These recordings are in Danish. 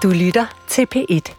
Du lytter til P1.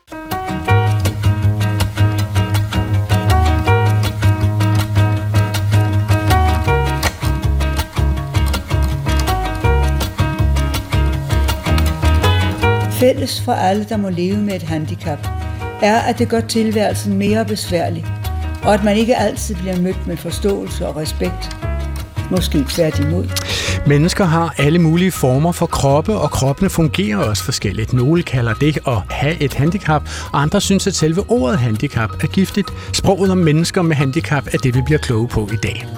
Fælles for alle, der må leve med et handicap, er, at det gør tilværelsen mere besværlig, og at man ikke altid bliver mødt med forståelse og respekt. Måske tværtimod. Mennesker har alle mulige former for kroppe, og kroppene fungerer også forskelligt. Nogle kalder det at have et handicap, og andre synes, at selve ordet handicap er giftigt. Sproget om mennesker med handicap er det, vi bliver kloge på i dag.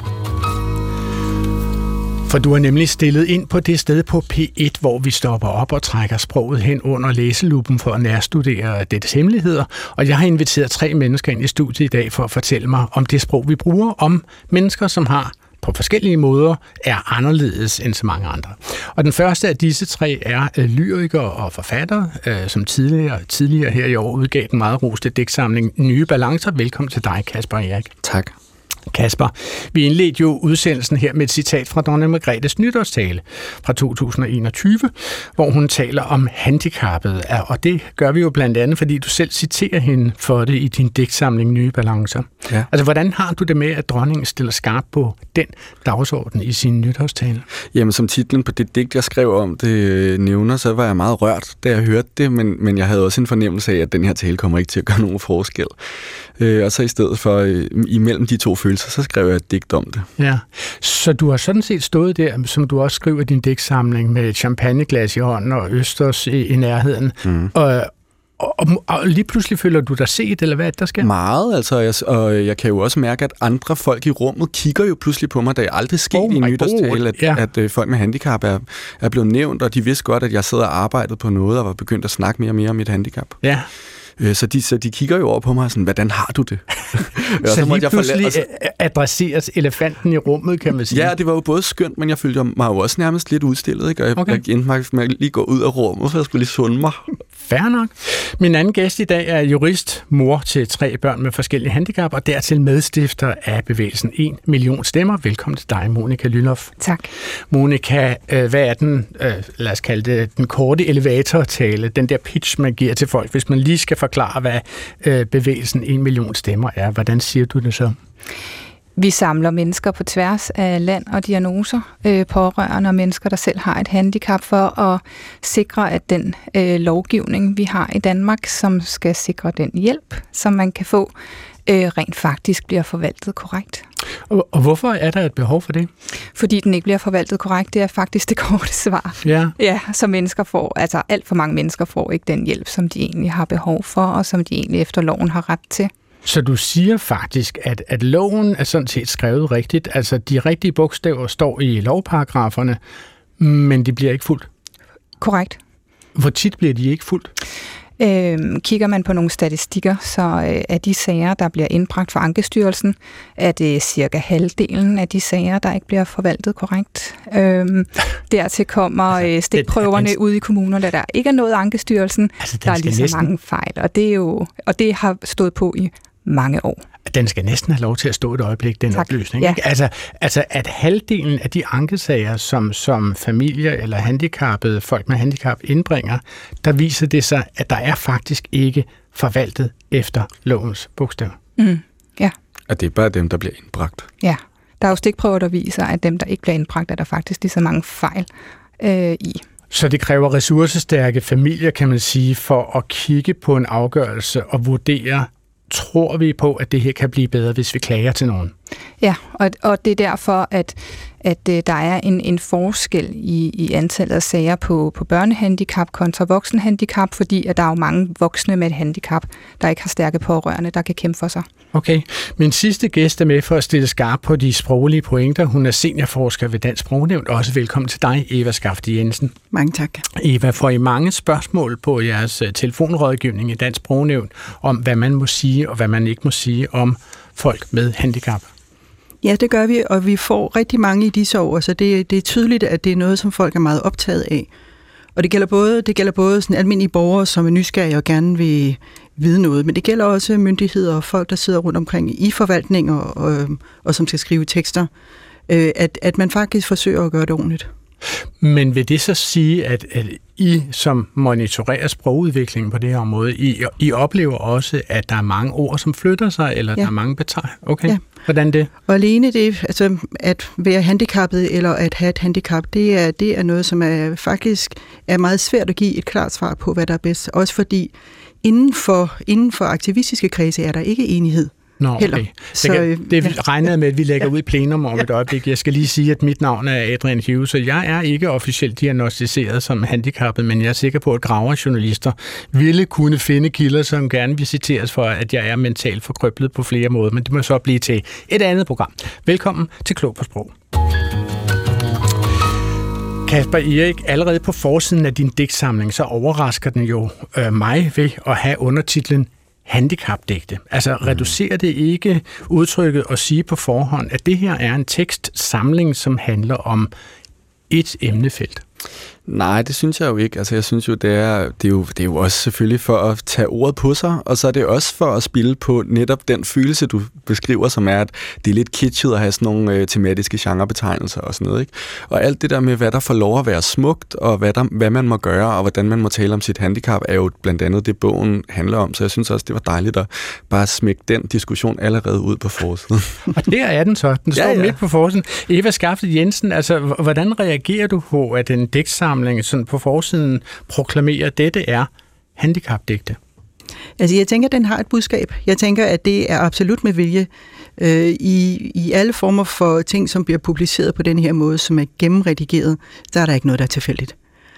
For du har nemlig stillet ind på det sted på P1, hvor vi stopper op og trækker sproget hen under læseluppen for at nærstudere dettes hemmeligheder. Og jeg har inviteret 3 mennesker ind i studiet i dag for at fortælle mig om det sprog, vi bruger, om mennesker, som har på forskellige måder er anderledes end så mange andre. Og den første af disse 3 er lyriker og forfatter, som tidligere her i år udgav den meget roste digtsamling Nye Balancer. Velkommen til dig, Kasper Erik. Tak. Kasper, vi indledte jo udsendelsen her med et citat fra dronning Margrethes nytårstale fra 2021, hvor hun taler om handicappet, og det gør vi jo blandt andet, fordi du selv citerer hende for det i din digtsamling Nye Balancer. Ja. Altså, hvordan har du det med, at dronningen stiller skarp på den dagsorden i sin nytårstale? Jamen, som titlen på det digt, jeg skrev om det nævner, så var jeg meget rørt, da jeg hørte det, men jeg havde også en fornemmelse af, at den her tale kommer ikke til at gøre nogen forskel. Og så i stedet for, imellem de 2 følelser, så skrev jeg et digt om det. Ja, så du har sådan set stået der, som du også skriver i din digtsamling, med et champagneglas i hånden og østers i nærheden. Og lige pludselig føler du dig set, eller hvad er det, der sker? Meget, altså. Og jeg kan jo også mærke, at andre folk i rummet kigger jo pludselig på mig, da jeg aldrig skete i en nytårstale, at folk med handicap er blevet nævnt, og de vidste godt, at jeg sidder og arbejdede på noget, og var begyndt at snakke mere og mere om mit handicap. Ja. Så de kigger jo over på mig og sådan, hvordan har du det? Så lige pludselig adresseres elefanten i rummet, kan man sige. Ja, det var jo både skønt, men jeg følte mig jo også nærmest lidt udstillet, ikke? Og jeg endte faktisk med at lige gå ud af rummet, for jeg skulle lige sunde mig. Fair nok. Min anden gæst i dag er jurist, mor til 3 børn med forskellige handicap, og dertil medstifter af bevægelsen 1 million stemmer. Velkommen til dig, Monika Lylhoff. Tak. Monika, hvad er den, lad os kalde det, den korte elevatortale, den der pitch, man giver til folk, hvis man lige skal forklare, hvad bevægelsen 1 million stemmer er. Hvordan siger du det så? Vi samler mennesker på tværs af land og diagnoser, pårørende og mennesker, der selv har et handicap, for at sikre, at den lovgivning, vi har i Danmark, som skal sikre den hjælp, som man kan få, rent faktisk bliver forvaltet korrekt. Og hvorfor er der et behov for det? Fordi den ikke bliver forvaltet korrekt, det er faktisk det korte svar. Ja, så mennesker får, altså alt for mange mennesker får ikke den hjælp, som de egentlig har behov for, og som de egentlig efter loven har ret til. Så du siger faktisk, at loven er sådan set skrevet rigtigt, altså de rigtige bogstaver står i lovparagraferne, men de bliver ikke fulgt? Korrekt. Hvor tit bliver de ikke fulgt? Kigger man på nogle statistikker, så er de sager, der bliver indbragt for Ankestyrelsen, er det cirka halvdelen af de sager, der ikke bliver forvaltet korrekt. Dertil kommer stikprøverne ude i kommunerne, der ikke er noget Ankestyrelsen. Altså, der er lige så mange fejl, og det har stået på i mange år. Den skal næsten have lov til at stå et øjeblik, den oplysning. Ja. Altså, at halvdelen af de ankesager, som familier eller handicappede, folk med handicap indbringer, der viser det sig, at der er faktisk ikke forvaltet efter lovens bogstav. Ja. At det er bare dem, der bliver indbragt. Ja. Der er jo stikprøver, der viser, at dem, der ikke bliver indbragt, er der faktisk lige så mange fejl i. Så det kræver ressourcestærke familier, kan man sige, for at kigge på en afgørelse og vurdere, tror vi på, at det her kan blive bedre, hvis vi klager til nogen? Ja, og det er derfor, at der er en forskel i antallet af sager på børnehandicap kontra voksenhandicap, fordi at der er jo mange voksne med et handicap, der ikke har stærke pårørende, der kan kæmpe for sig. Okay. Min sidste gæst er med for at stille skarp på de sproglige pointer. Hun er seniorforsker ved Dansk Sprognævn. Også velkommen til dig, Eva Skafte Jensen. Mange tak. Eva, får I mange spørgsmål på jeres telefonrådgivning i Dansk Sprognævn om, hvad man må sige og hvad man ikke må sige om folk med handicap? Ja, det gør vi, og vi får rigtig mange i disse år, så det er tydeligt, at det er noget, som folk er meget optaget af. Og det gælder både sådan almindelige borgere, som er nysgerrige og gerne vil vide noget, men det gælder også myndigheder og folk, der sidder rundt omkring i forvaltninger og som skal skrive tekster, at man faktisk forsøger at gøre det ordentligt. Men vil det så sige, at I, som monitorerer sprogudviklingen på det her område, I oplever også, at der er mange ord, som flytter sig, eller der er mange betegninger? Okay, ja. Hvordan det? Og alene det, altså at være handicappet eller at have et handicap, det er noget, som faktisk er meget svært at give et klart svar på, hvad der er bedst. Også fordi inden for aktivistiske kredse er der ikke enighed. Nå, okay. Det regnede med, at vi lægger ud i plenum om et øjeblik. Jeg skal lige sige, at mit navn er Adrian Hughes, og jeg er ikke officielt diagnostiseret som handicappet, men jeg er sikker på, at graverjournalister ville kunne finde kilder, som gerne vil citeres for, at jeg er mentalt forkrøblet på flere måder, men det må så blive til et andet program. Velkommen til Klog på Sprog. Kasper Erik, allerede på forsiden af din digtsamling, så overrasker den jo mig ved at have undertitlen handicapdigte. Altså reducerer det ikke udtrykket at sige på forhånd, at det her er en tekstsamling, som handler om et emnefelt? Nej, det synes jeg jo ikke. Altså, jeg synes jo, det er jo også selvfølgelig for at tage ordet på sig, og så er det også for at spille på netop den følelse, du beskriver, som er, at det er lidt kitschet at have sådan nogle tematiske genrebetegnelser og sådan noget, ikke? Og alt det der med, hvad der får lov at være smukt, og hvad man må gøre, og hvordan man må tale om sit handicap, er jo blandt andet det, bogen handler om. Så jeg synes også, det var dejligt at bare smække den diskussion allerede ud på forsiden. Og der er den så. Den står midt på forsiden. Eva Skafte Jensen, altså, hvordan reagerer du på, at en digtsamling sådan på forsiden proklamerer, at dette er handicapdigte? Altså, jeg tænker, at den har et budskab. Jeg tænker, at det er absolut med vilje. I alle former for ting, som bliver publiceret på den her måde, som er gennemredigeret, der er der ikke noget, der er tilfældigt.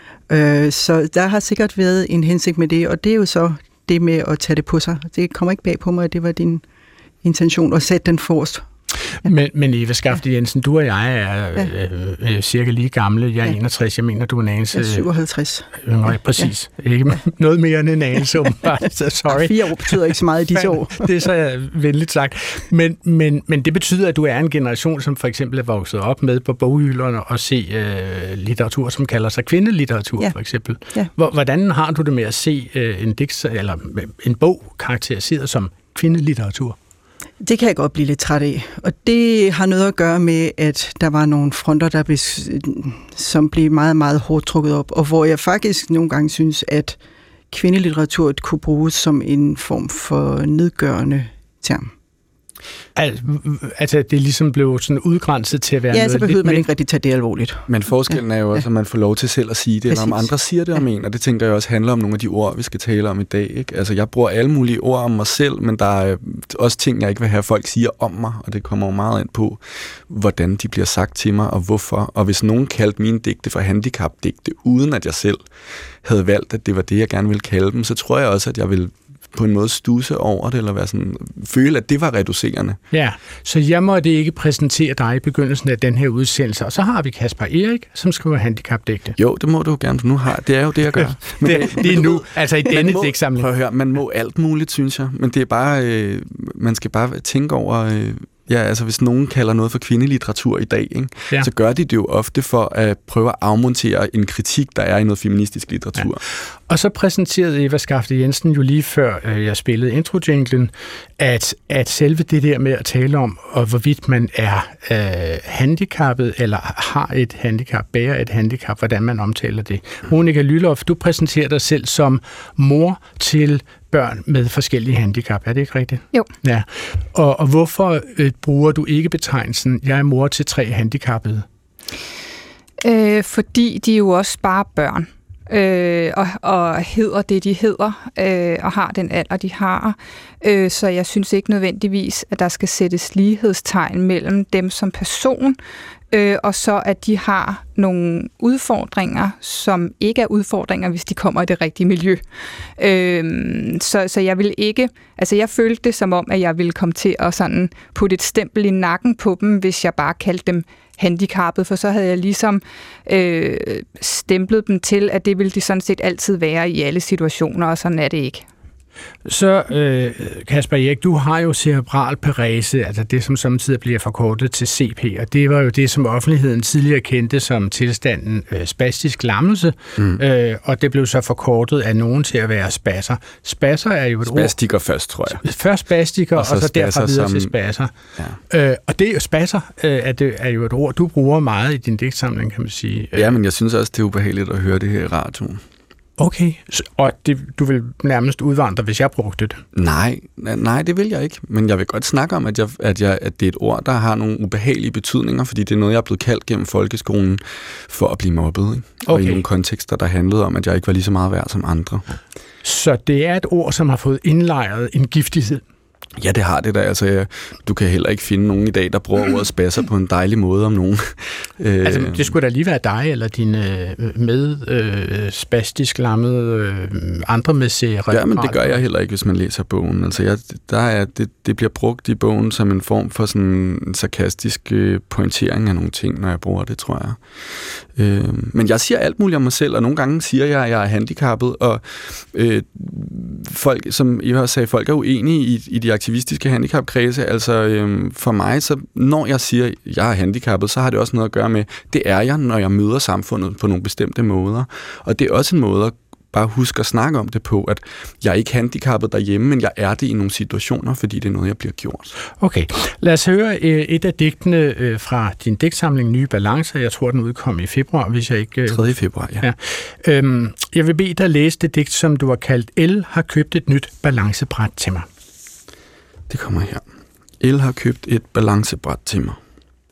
Så der har sikkert været en hensigt med det, og det er jo så det med at tage det på sig. Det kommer ikke bag på mig, at det var din intention at sætte den forrest. Ja. Men Eva Skafte Jensen, du og jeg er cirka lige gamle. Jeg er 61, jeg mener, du er en anelse... Jeg er 57. Nej, præcis. Ja. Ikke noget mere end en anelse, sorry. 4 år betyder ikke så meget i disse år. Det er så venligt sagt. Men det betyder, at du er en generation, som for eksempel er vokset op med på boghylderne og se litteratur, som kalder sig kvindelitteratur, for eksempel. Ja. Hvordan har du det med at se en bog karakteriseret som kvindelitteratur? Det kan jeg godt blive lidt træt af, og det har noget at gøre med, at der var nogle fronter, som blev meget, meget hårdt trukket op, og hvor jeg faktisk nogle gange synes, at kvindelitteratur kunne bruges som en form for nedgørende term. Altså, det ligesom blev sådan udgrænset til at være noget. Ja, så behøvede man ikke rigtig tage det alvorligt. Men forskellen er jo også, at man får lov til selv at sige det, eller om andre siger det om en, og det tænker jeg også handler om nogle af de ord, vi skal tale om i dag. Ikke? Altså, jeg bruger alle mulige ord om mig selv, men der er også ting, jeg ikke vil have, folk siger om mig, og det kommer jo meget ind på, hvordan de bliver sagt til mig, og hvorfor. Og hvis nogen kaldte mine digte for handicapdigte, uden at jeg selv havde valgt, at det var det, jeg gerne ville kalde dem, så tror jeg også, at jeg ville på en måde studse over det, eller være sådan, føle, at det var reducerende. Ja, så jeg måtte ikke præsentere dig i begyndelsen af den her udsendelse, og så har vi Kasper Erik, som skriver handicapdigte. Jo, det må du jo gerne, for nu det er jo det, jeg gør. Men det er nu, altså i denne digtsamling. Prøv at høre, man må alt muligt, synes jeg, men det er bare, man skal bare tænke over... Ja, altså hvis nogen kalder noget for kvindelitteratur i dag, ikke, så gør de det jo ofte for at prøve at afmontere en kritik, der er i noget feministisk litteratur. Ja. Og så præsenterede Eva Skafte Jensen jo lige før jeg spillede intro-jinglen, at selve det der med at tale om, og hvorvidt man er handicappet, eller har et handicap, bærer et handicap, hvordan man omtaler det. Monika Lylloff, du præsenterer dig selv som mor til børn med forskellige handicap. Er det ikke rigtigt? Jo. Ja. Og hvorfor bruger du ikke betegnelsen, jeg er mor til 3 handicappede? Fordi de er jo også bare børn. Og hedder det, de hedder, og har den alder, de har. Så jeg synes ikke nødvendigvis, at der skal sættes lighedstegn mellem dem som person, og så at de har nogle udfordringer, som ikke er udfordringer, hvis de kommer i det rigtige miljø. Så jeg vil ikke, altså jeg følte det som om, at jeg ville komme til at sådan putte et stempel i nakken på dem, hvis jeg bare kaldte dem handicappet, for så havde jeg ligesom stemplet dem til, at det ville de sådan set altid være i alle situationer, og sådan er det ikke. Så Kasper Erik, du har jo cerebral parese, altså det, som samtidig bliver forkortet til CP, og det var jo det, som offentligheden tidligere kendte som tilstanden spastisk lammelse, og det blev så forkortet af nogen til at være spasser. Spasser er jo et spastiker først, tror jeg. Først spastiker, og så derfra videre til spasser. Ja. Og det er jo spasser, er jo et ord, du bruger meget i din digtsamling, kan man sige. Ja, men jeg synes også, det er ubehageligt at høre det her i radioen. Okay, og du vil nærmest udvandre, hvis jeg brugte det? Nej, det vil jeg ikke. Men jeg vil godt snakke om, at det er et ord, der har nogle ubehagelige betydninger, fordi det er noget, jeg er blevet kaldt gennem folkeskolen for at blive mobbet. Ikke? Okay. Og i nogle kontekster, der handlede om, at jeg ikke var lige så meget værd som andre. Så det er et ord, som har fået indlejret en giftighed? Ja, det har det da. Altså, du kan heller ikke finde nogen i dag, der bruger ordet spasser på en dejlig måde om nogen. Altså, det skulle da lige være dig, eller dine spastisk lammede andre med cerebral. Ja, men det gør jeg heller ikke, hvis man læser bogen. Altså, det bliver brugt i bogen som en form for sådan en sarkastisk pointering af nogle ting, når jeg bruger det, tror jeg. Men jeg siger alt muligt om mig selv, og nogle gange siger jeg, at jeg er handicappet, og folk, som I har sagt, folk er uenige i de aktivistiske handicapkredse. Altså for mig, så når jeg siger, at jeg er handicappet, så har det også noget at gøre med, det er jeg, når jeg møder samfundet på nogle bestemte måder. Og det er også en måde at bare huske at snakke om det på, at jeg er ikke handicappet derhjemme, men jeg er det i nogle situationer, fordi det er noget, jeg bliver gjort. Okay, lad os høre et af digtene fra din digtsamling Nye Balancer. Jeg tror, den udkom i februar, hvis jeg ikke... 3. februar, ja. Jeg vil bede dig at læse det digt, som du har kaldt El har købt et nyt balancebræt til mig. Det kommer her. El har købt et balancebræt til mig.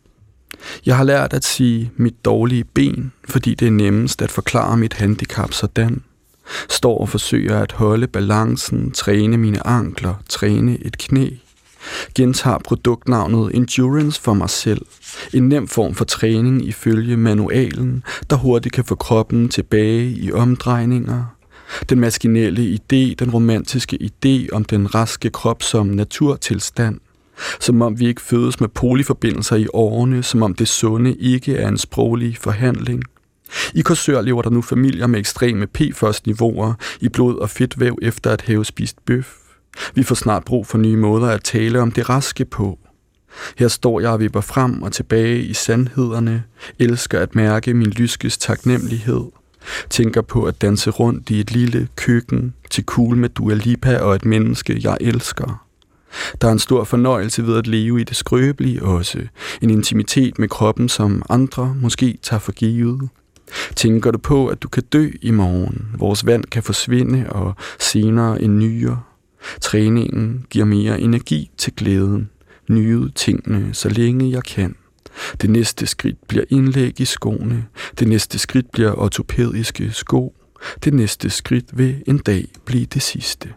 Jeg har lært at sige mit dårlige ben, fordi det er nemmest at forklare mit handicap sådan. Står og forsøger at holde balancen, træne mine ankler, træne et knæ. Gentager produktnavnet Endurance for mig selv. En nem form for træning ifølge manualen, der hurtigt kan få kroppen tilbage i omdrejninger. Den maskinelle idé, den romantiske idé om den raske krop som naturtilstand. Som om vi ikke fødes med polyforbindelser i årene, som om det sunde ikke er en sproglig forhandling. I Korsør lever der nu familier med ekstreme PFOS-niveauer i blod og fedtvæv efter at have spist bøf. Vi får snart brug for nye måder at tale om det raske på. Her står jeg og vipper frem og tilbage i sandhederne, elsker at mærke min lyskes taknemmelighed. Tænker på at danse rundt i et lille køkken til cool med Dua Lipa og et menneske, jeg elsker. Der er en stor fornøjelse ved at leve i det skrøbelige også. En intimitet med kroppen, som andre måske tager for givet. Tænker du på, at du kan dø i morgen? Vores vand kan forsvinde og senere en nyere. Træningen giver mere energi til glæden. Nyde tingene, så længe jeg kan. Det næste skridt bliver indlæg i skoene. Det næste skridt bliver ortopædiske sko. Det næste skridt vil en dag blive det sidste.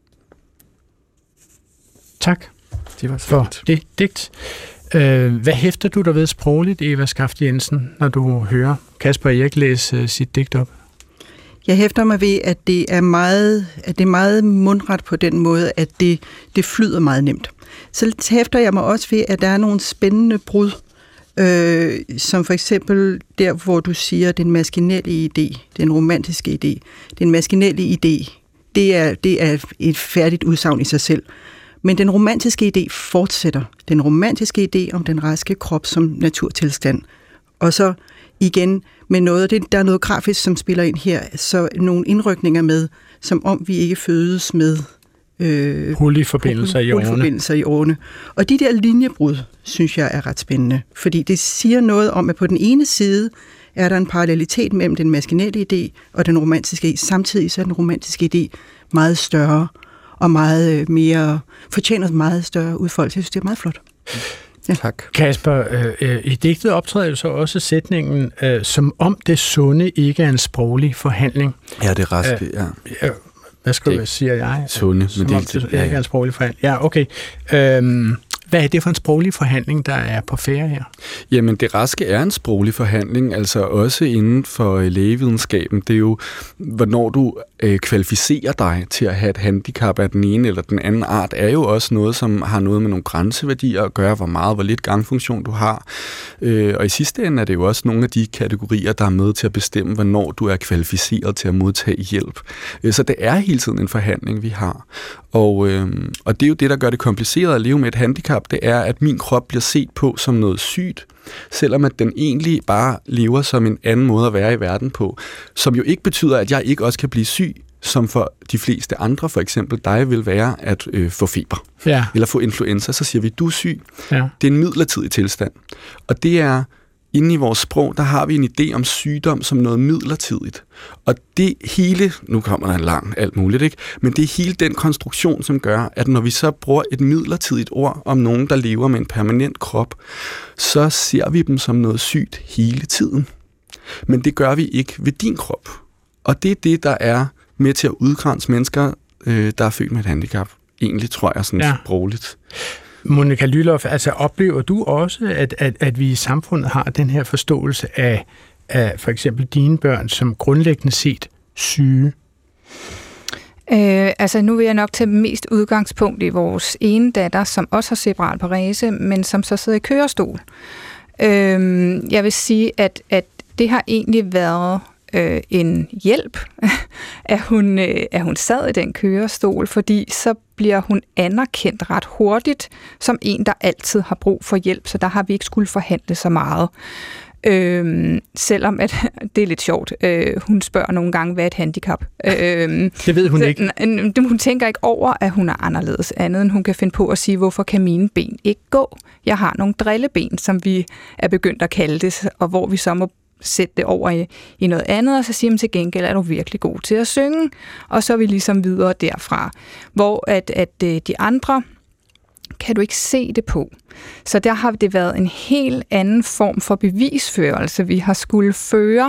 Tak for det digt. Hvad hæfter du der ved sprogligt, Eva Skafte Jensen, når du hører Kasper Erik læse sit digt op? Jeg hæfter mig ved, at det er meget mundret på den måde, at det flyder meget nemt. Så hæfter jeg mig også ved, at der er nogle spændende brud, som for eksempel der, hvor du siger, den maskinelle idé, den romantiske idé. Den maskinelle idé, det er et færdigt udsagn i sig selv. Men den romantiske idé fortsætter. Den romantiske idé om den raske krop som naturtilstand. Og så igen med noget, der er noget grafisk, som spiller ind her, så nogle indrykninger med, som om vi ikke fødes med polyforbindelser i årene. Og de der linjebrud, synes jeg er ret spændende, fordi det siger noget om, at på den ene side er der en parallelitet mellem den maskinelle idé og den romantiske idé. Samtidig så er den romantiske idé meget større og meget mere, fortjener meget større udfoldelse. Jeg synes, det er meget flot. Ja. Tak. Kasper, i digtet optræder jo så også sætningen, som om det sunde ikke er en sproglig forhandling. Ja, det er raske, ja. Hvad skal du sige, jeg? Sunde, men det ikke er en sproglig forhandling. Ja, okay. Hvad er det for en sproglig forhandling, der er på færde her? Jamen, det raske er en sproglig forhandling, altså også inden for lægevidenskaben. Det er jo, hvornår du kvalificerer dig til at have et handicap af den ene eller den anden art, er jo også noget, som har noget med nogle grænseværdier at gøre, hvor lidt gangfunktion du har. Og i sidste ende er det jo også nogle af de kategorier, der er med til at bestemme, hvornår du er kvalificeret til at modtage hjælp. Så det er hele tiden en forhandling, vi har. Og det er jo det, der gør det kompliceret at leve med et handicap, det er, at min krop bliver set på som noget sygt, selvom at den egentlig bare lever som en anden måde at være i verden på, som jo ikke betyder, at jeg ikke også kan blive syg, som for de fleste andre, for eksempel dig, vil være at få feber, eller få influenza, så siger vi, du er syg. Ja. Det er en midlertidig tilstand. Og det er, inde i vores sprog, der har vi en idé om sygdom som noget midlertidigt. Og det hele, nu kommer der en lang alt muligt, ikke? Men det er hele den konstruktion, som gør, at når vi så bruger et midlertidigt ord om nogen, der lever med en permanent krop, så ser vi dem som noget sygt hele tiden. Men det gør vi ikke ved din krop. Og det er det, der er med til at udgrænse mennesker, der er født med et handicap. Egentlig tror jeg sådan sprogligt. Monika Lylloff, altså oplever du også, at vi i samfundet har den her forståelse af for eksempel dine børn som grundlæggende set syge? Altså nu vil jeg nok tage mest udgangspunkt i vores ene datter, som også har cerebral parese, men som så sidder i kørestol. Jeg vil sige, at det har egentlig været en hjælp, at hun sad i den kørestol, fordi så bliver hun anerkendt ret hurtigt som en, der altid har brug for hjælp, så der har vi ikke skulle forhandle så meget. Selvom at det er lidt sjovt. Hun spørger nogle gange, hvad er et handicap? Det ved hun ikke. Hun tænker ikke over, at hun er anderledes andet, end hun kan finde på at sige, hvorfor kan mine ben ikke gå? Jeg har nogle drilleben, som vi er begyndt at kalde det, og hvor vi så må sætte det over i noget andet, og så siger man til gengæld, er du virkelig god til at synge? Og så er vi ligesom videre derfra. Hvor at de andre kan du ikke se det på. Så der har det været en helt anden form for bevisførelse, vi har skulle føre.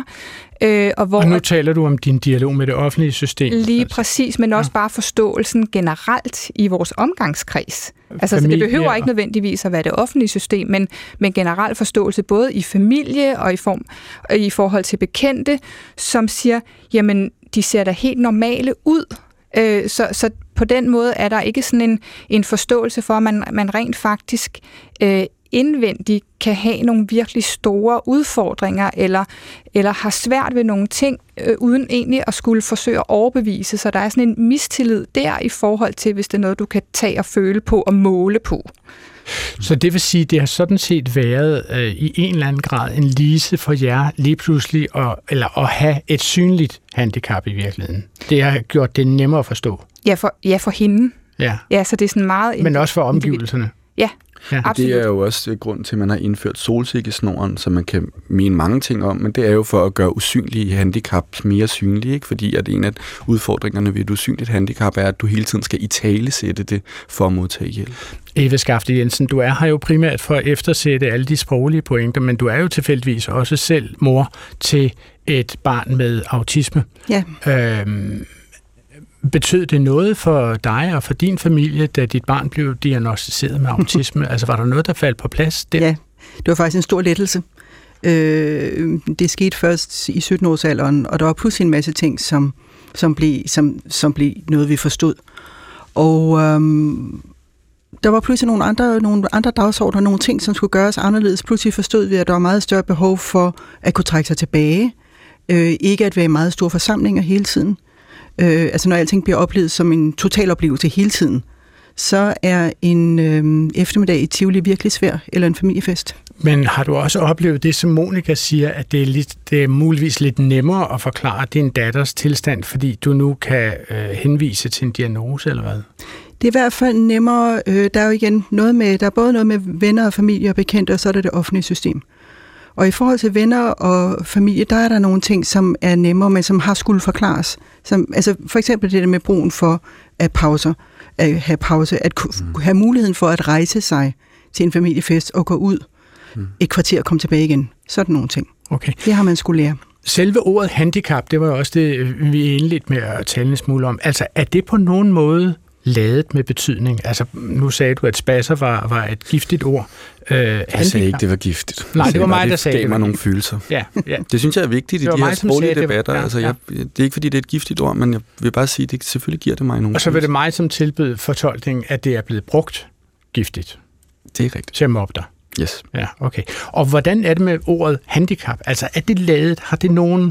Og nu taler du om din dialog med det offentlige system. Lige præcis, men også bare forståelsen generelt i vores omgangskreds. Altså, så det behøver ikke nødvendigvis at være det offentlige system, men generelt forståelse både i familie og i forhold til bekendte, som siger, jamen, de ser da helt normale ud. Så på den måde er der ikke sådan en forståelse for, at man rent faktisk indvendigt kan have nogle virkelig store udfordringer, eller har svært ved nogle ting, uden egentlig at skulle forsøge at overbevise. Så der er sådan en mistillid der i forhold til, hvis det er noget, du kan tage og føle på og måle på. Så det vil sige, det har sådan set været i en eller anden grad en lise for jer lige pludselig at have et synligt handicap i virkeligheden. Det har gjort det nemmere at forstå. Ja, for hende. Ja, så det er sådan meget... Men også for omgivelserne. Ja, absolut. Det er jo også grund til, at man har indført solsikkesnoren, som man kan mene mange ting om, men det er jo for at gøre usynlige handicaps mere synlige, ikke? Fordi at en af udfordringerne ved et usynligt handicap er, at du hele tiden skal italesætte det for at modtage hjælp. Eva Skafte Jensen, du er her jo primært for at eftersætte alle de sproglige pointer, men du er jo tilfældigvis også selv mor til et barn med autisme. Ja. Betød det noget for dig og for din familie, da dit barn blev diagnosticeret med autisme? Altså var der noget, der faldt på plads der? Ja, det var faktisk en stor lettelse. Det skete først i 17-årsalderen, og der var pludselig en masse ting, som blev noget, vi forstod. Og der var pludselig nogle andre dagsordener, nogle ting, som skulle gøres anderledes. Pludselig forstod vi, at der var meget større behov for at kunne trække sig tilbage. Ikke at være i meget store forsamlinger hele tiden. Altså når alting bliver oplevet som en total oplevelse hele tiden, så er en eftermiddag i Tivoli virkelig svær, eller en familiefest. Men har du også oplevet det, som Monika siger, at det er muligvis lidt nemmere at forklare din datters tilstand, fordi du nu kan henvise til en diagnose, eller hvad? Det er i hvert fald nemmere. Der er jo igen der er både noget med venner og familie og bekendte, og så er det offentlige system. Og i forhold til venner og familie, der er der nogle ting, som er nemmere, men som har skulle forklares. Altså for eksempel det der med brugen for at have pause, at have muligheden for at rejse sig til en familiefest og gå ud et kvarter og komme tilbage igen. Sådan nogle ting. Okay. Det har man skulle lære. Selve ordet handicap, det var også det, vi indledte med at tale en smule om. Altså er det på nogen måde ladet med betydning? Altså, nu sagde du, at spasser var et giftigt ord. Jeg sagde ikke, det var giftigt. Nej, det var mig, der sagde det. Det gav mig nogle følelser. Ja. Det synes jeg er vigtigt i de her sproglige debatter. Altså, det er ikke, fordi det er et giftigt ord, men jeg vil bare sige, at det selvfølgelig giver det mig nogle Og så vil det mig, som tilbød fortolkningen, at det er blevet brugt giftigt. Det er rigtigt. Til at mobbe dig. Yes. Ja, okay. Og hvordan er det med ordet handicap? Altså, er det ladet? Har det nogen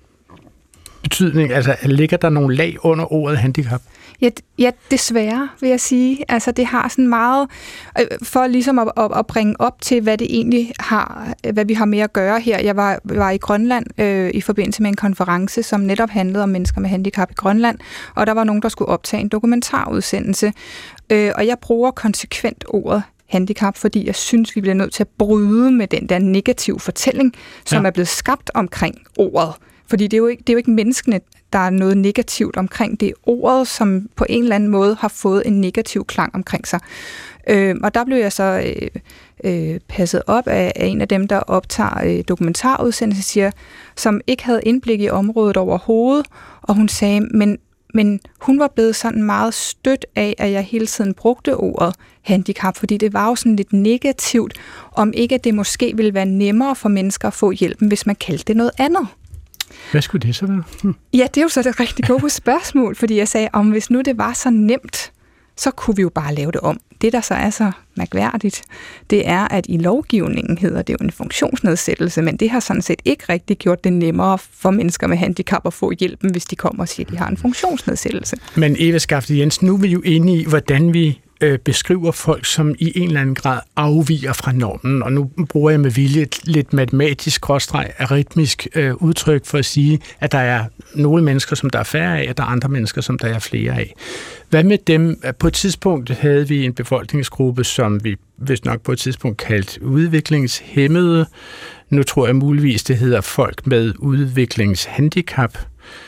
betydning? Altså, ligger der nogle lag under ordet handicap? Ja, desværre, vil jeg sige. Altså, det har sådan meget, for ligesom at bringe op til, hvad det egentlig har, hvad vi har med at gøre her. Jeg var i Grønland i forbindelse med en konference, som netop handlede om mennesker med handicap i Grønland, og der var nogen, der skulle optage en dokumentarudsendelse. Og jeg bruger konsekvent ordet handicap, fordi jeg synes, vi bliver nødt til at bryde med den der negative fortælling, som er blevet skabt omkring ordet. Fordi det er jo ikke menneskene, der er noget negativt omkring. Det er ordet, som på en eller anden måde har fået en negativ klang omkring sig. Og der blev jeg så passet op af en af dem, der optager dokumentarudsendelser, som ikke havde indblik i området overhovedet, og hun sagde, men hun var blevet sådan meget stødt af, at jeg hele tiden brugte ordet handicap, fordi det var jo sådan lidt negativt, om ikke at det måske ville være nemmere for mennesker at få hjælpen, hvis man kaldte det noget andet. Hvad skulle det så være? Ja, det er jo så det rigtig gode spørgsmål, fordi jeg sagde, om hvis nu det var så nemt, så kunne vi jo bare lave det om. Det, der så er så mærkværdigt, det er, at i lovgivningen hedder det jo en funktionsnedsættelse, men det har sådan set ikke rigtig gjort det nemmere for mennesker med handicap at få hjælpen, hvis de kommer og siger, at de har en funktionsnedsættelse. Men Eva Skafte Jensen, nu er vi jo inde i, hvordan vi beskriver folk, som i en eller anden grad afviger fra normen, og nu bruger jeg med vilje et lidt matematisk arytmisk udtryk for at sige, at der er nogle mennesker, som der er færre af, og der er andre mennesker, som der er flere af. Hvad med dem? På et tidspunkt havde vi en befolkningsgruppe, som vi vist nok på et tidspunkt kaldt udviklingshæmmede. Nu tror jeg muligvis, det hedder folk med udviklingshandicap.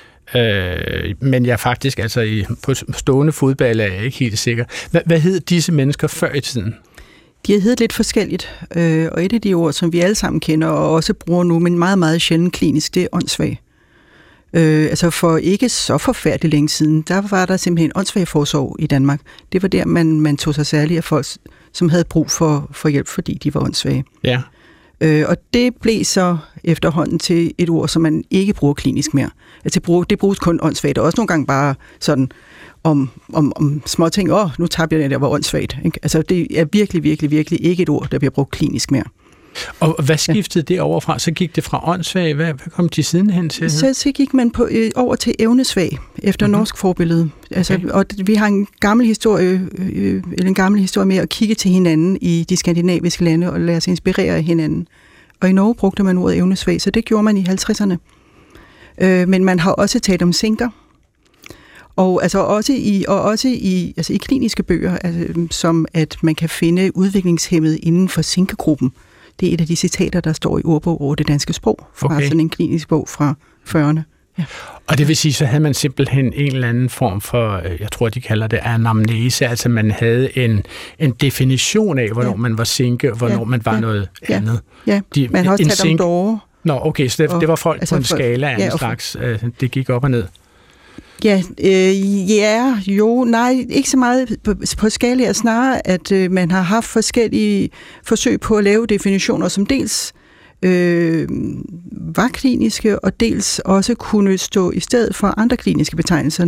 Men jeg faktisk, altså på stående fodball er jeg ikke helt sikker. Hvad hed disse mennesker før i tiden? De har heddet lidt forskelligt, og et af de ord, som vi alle sammen kender og også bruger nu, men meget, meget sjældent klinisk, det er åndssvag. Altså for ikke så forfærdeligt længe siden, der var der simpelthen åndssvagforsorg i Danmark. Det var der, man tog sig særligt af folk, som havde brug for hjælp, fordi de var åndssvage. Ja. Og det blev så efterhånden til et ord, som man ikke bruger klinisk mere. Altså det bruges kun åndssvagt, og også nogle gange bare sådan om små ting. Nu tabte jeg det, der var åndssvagt. Altså det er virkelig, virkelig, virkelig ikke et ord, der bliver brugt klinisk mere. Og hvad skiftede det overfra? Så gik det fra åndssvag, hvad kom de sidenhen til? Så gik man over til evnesvag, efter norsk forbillede. Altså, okay. Og vi har en gammel historie med at kigge til hinanden i de skandinaviske lande og lade sig inspirere af hinanden. Og i Norge brugte man ordet evnesvag, så det gjorde man i 50'erne. Men man har også talt om sinker. Og altså også i kliniske bøger, altså, som at man kan finde udviklingshæmmede inden for sinkegruppen. Det er et af de citater, der står i ordbog over det danske sprog, fra sådan en klinisk bog fra 40'erne. Ja. Og det vil sige, så havde man simpelthen en eller anden form for, jeg tror, de kalder det anamnese, altså man havde en definition af, hvornår man var sinke, og hvornår man var noget andet. Ja, man har også talt om dårer. Nå, okay, så det var folk altså på en skala af en slags, det gik op og ned. Ja, nej, ikke så meget på skala, snarere at man har haft forskellige forsøg på at lave definitioner, som dels var kliniske, og dels også kunne stå i stedet for andre kliniske betegnelser,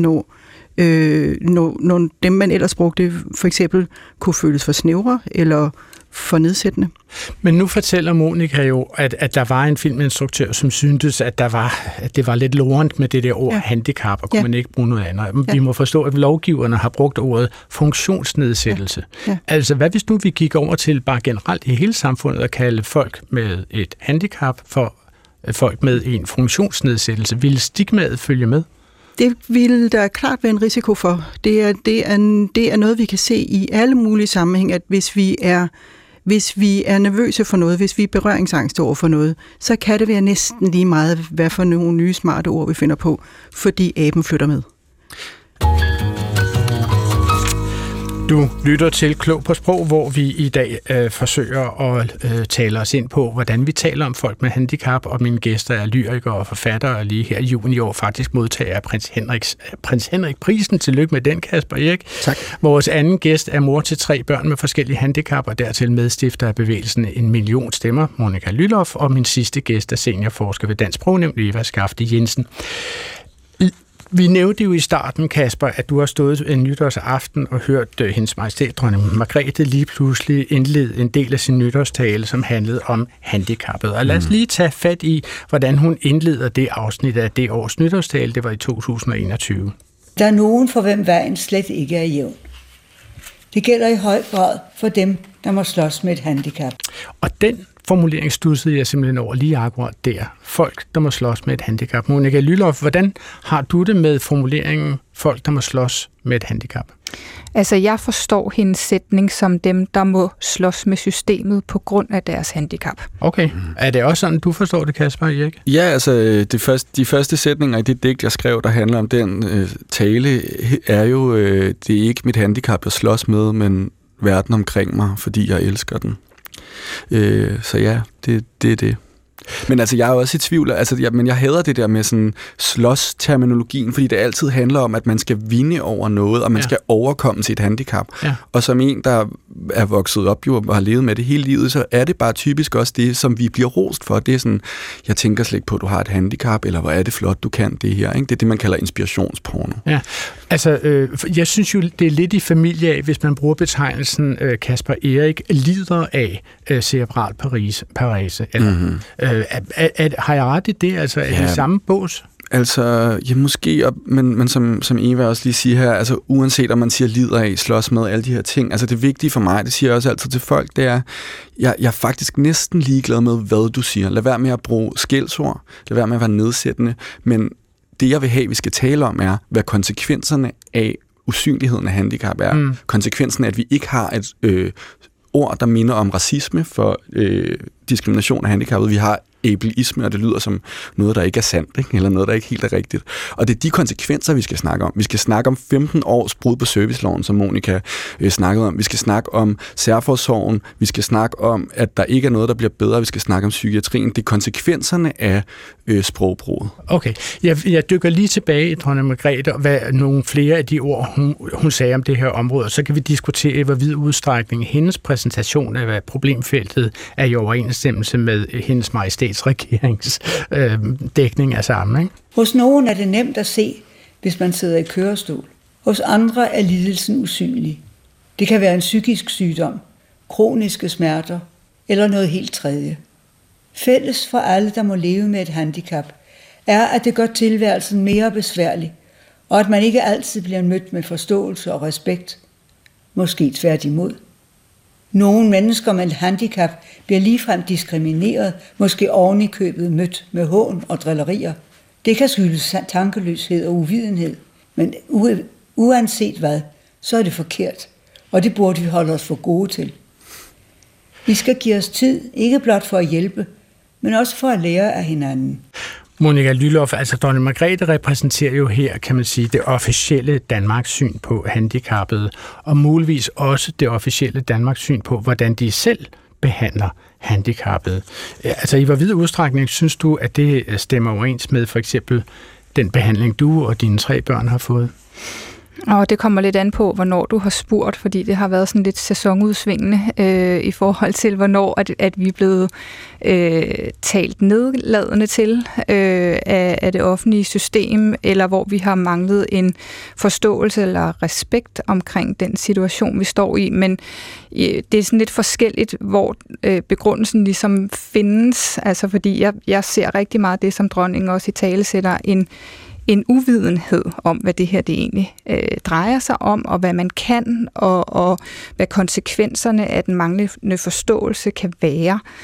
når dem, man ellers brugte, for eksempel kunne føles for snævre eller for nedsættende. Men nu fortæller Monika jo, at der var en filminstruktør, som syntes, at det var lidt lorent med det der ord handicap, og kunne man ikke bruge noget andet. Vi må forstå, at lovgiverne har brugt ordet funktionsnedsættelse. Altså, hvad hvis nu vi gik over til bare generelt i hele samfundet at kalde folk med et handicap for folk med en funktionsnedsættelse? Ville stigmaet følge med? Det vil der klart være en risiko for. Det er noget, vi kan se i alle mulige sammenhæng, at hvis vi er nervøse for noget, hvis vi er berøringsangst over for noget, så kan det være næsten lige meget, hvad for nogle nye smarte ord vi finder på, fordi aben flytter med. Du lytter til Klog på Sprog, hvor vi i dag forsøger at tale os ind på, hvordan vi taler om folk med handicap, og mine gæster er lyrikere og forfattere, og lige her i juni i år faktisk modtager af Prins Henrik-prisen. Tillykke med den, Kasper Erik. Tak. Vores anden gæst er mor til 3 børn med forskellige handicap, og dertil medstifter af bevægelsen 1 million stemmer, Monika Lylloff, og min sidste gæst er seniorforsker ved Dansk Sprognævn, Eva Skafte Jensen. Vi nævnte jo i starten, Kasper, at du har stået en nytårsaften og hørt hendes majestæt, dronning Margrethe, lige pludselig indlede en del af sin nytårstale, som handlede om handicappet. Og lad os lige tage fat i, hvordan hun indleder det afsnit af det års nytårstale. Det var i 2021. Der er nogen, for hvem vejen slet ikke er jævn. Det gælder i høj grad for dem, der må slås med et handicap. Og den formulering studsede jeg simpelthen over lige akkurat der. Folk, der må slås med et handicap. Monika Lylloff, hvordan har du det med formuleringen folk, der må slås med et handicap? Altså, jeg forstår hendes sætning som dem, der må slås med systemet på grund af deres handicap. Okay. Er det også sådan, du forstår det, Kasper Erik? Ja, altså, de første sætninger i det digt, jeg skrev, der handler om den tale, er jo, det er ikke mit handicap, jeg slås med, men verden omkring mig, fordi jeg elsker den. Så ja, det er det. Men altså, jeg er også i tvivl, men jeg hader det der med sådan slås-terminologien, fordi det altid handler om, at man skal vinde over noget, og man skal overkomme sit handicap. Ja. Og som en, der er vokset op jo, og har levet med det hele livet, så er det bare typisk også det, som vi bliver rost for. Det er sådan, jeg tænker slet ikke på, at du har et handicap, eller hvor er det flot, du kan det her. Ikke? Det er det, man kalder inspirationsporno. Ja, altså, jeg synes jo, det er lidt i familie af, hvis man bruger betegnelsen Kasper Erik lider af cerebral parese, eller har jeg ret i det? Altså, er det samme bås? Altså, ja, måske, men som Eva også lige siger her, altså uanset om man siger lider af, slås med, alle de her ting, altså det vigtige for mig, det siger jeg også altid til folk, det er, jeg er faktisk næsten ligeglad med, hvad du siger. Lad være med at bruge skældsord, lad være med at være nedsættende, men det jeg vil have, vi skal tale om, er, hvad konsekvenserne af usynligheden af handicap er. Konsekvensen af, at vi ikke har et ord, der minder om racisme for diskrimination af handicappede. Vi har ableisme, og det lyder som noget, der ikke er sandt, ikke? Eller noget, der ikke helt er rigtigt. Og det er de konsekvenser, vi skal snakke om. Vi skal snakke om 15 års brud på serviceloven, som Monika snakkede om. Vi skal snakke om særforsorgen. Vi skal snakke om, at der ikke er noget, der bliver bedre. Vi skal snakke om psykiatrien. Det er konsekvenserne af sprogbruget. Okay. Jeg dykker lige tilbage i dronning Margrethe, og hvad nogle flere af de ord, hun sagde om det her område, og så kan vi diskutere i hvor vid udstrækning hendes præsentation af, hvad problemfeltet er i overensstemmelse med hendes majestæt regeringsdækning af sammen. Ikke? Hos nogen er det nemt at se, hvis man sidder i kørestol. Hos andre er lidelsen usynlig. Det kan være en psykisk sygdom, kroniske smerter eller noget helt tredje. Fælles for alle, der må leve med et handicap, er, at det gør tilværelsen mere besværlig, og at man ikke altid bliver mødt med forståelse og respekt. Måske tværtimod. Nogle mennesker med handicap bliver ligefrem diskrimineret, måske oven i købet mødt med hån og drillerier. Det kan skyldes tankeløshed og uvidenhed, men uanset hvad, så er det forkert, og det burde vi holde os for gode til. Vi skal give os tid, ikke blot for at hjælpe, men også for at lære af hinanden. Monika Lylloff, altså dronning Margrethe repræsenterer jo her, kan man sige, det officielle Danmarks syn på handicappede, og muligvis også det officielle Danmarks syn på, hvordan de selv behandler handicappede. Altså i hvor vid udstrækning synes du, at det stemmer overens med for eksempel den behandling, du og dine 3 børn har fået? Og det kommer lidt an på, hvornår du har spurgt, fordi det har været sådan lidt sæsonudsvingende i forhold til, hvornår at vi er blevet talt nedladende til af det offentlige system, eller hvor vi har manglet en forståelse eller respekt omkring den situation, vi står i. Men det er sådan lidt forskelligt, hvor begrundelsen ligesom findes, altså fordi jeg ser rigtig meget det, som dronningen også i tale sætter en uvidenhed om, hvad det her det egentlig drejer sig om, og hvad man kan, og hvad konsekvenserne af den manglende forståelse kan være.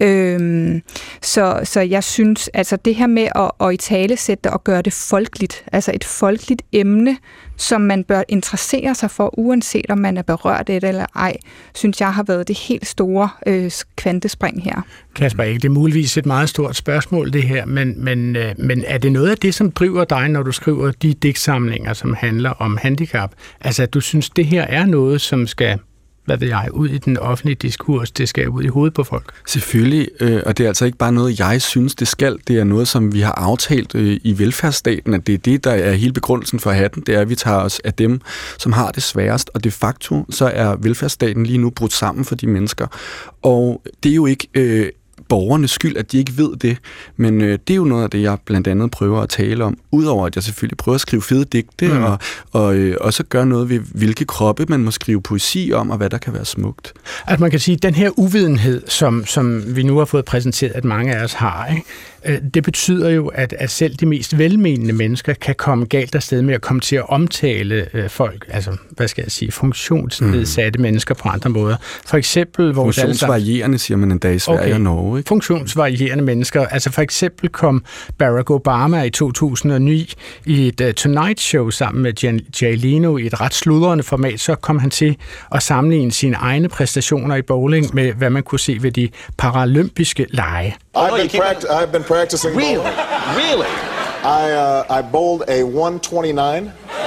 Så jeg synes, altså det her med at italesætte og gøre det folkeligt, altså et folkeligt emne, som man bør interessere sig for, uanset om man er berørt af det eller ej, synes jeg har været det helt store kvantespring her. Kasper, ikke? Det er muligvis et meget stort spørgsmål, det her, men er det noget af det, som driver dig, når du skriver de digtsamlinger, som handler om handicap? Altså, at du synes, det her er noget, som skal, hvad ved jeg, ud i den offentlige diskurs, det skal ud i hovedet på folk? Selvfølgelig, og det er altså ikke bare noget, jeg synes, det skal. Det er noget, som vi har aftalt i velfærdsstaten, at det er det, der er hele begrundelsen for hatten. Det er, at vi tager os af dem, som har det sværest, og de facto, så er velfærdsstaten lige nu brudt sammen for de mennesker. Og det er jo ikke borgernes skyld, at de ikke ved det, men det er jo noget af det, jeg blandt andet prøver at tale om, udover at jeg selvfølgelig prøver at skrive fede digte, og også gøre noget ved, hvilke kroppe man må skrive poesi om, og hvad der kan være smukt. At man kan sige, at den her uvidenhed, som vi nu har fået præsenteret, at mange af os har, ikke? Det betyder jo, at selv de mest velmenende mennesker kan komme galt afsted med at komme til at omtale folk, altså, hvad skal jeg sige, funktionsnedsatte mennesker på andre måder. For eksempel vores funktionsvarierende, siger man endda i Sverige og Norge, ikke? Funktionsvarierende mennesker. Altså for eksempel kom Barack Obama i 2009 i et Tonight Show sammen med Jay Leno i et ret sludrende format. Så kom han til at sammenligne sine egne præstationer i bowling med, hvad man kunne se ved de paralympiske lege. I've been practicing bowling. Really? I bowled a 129.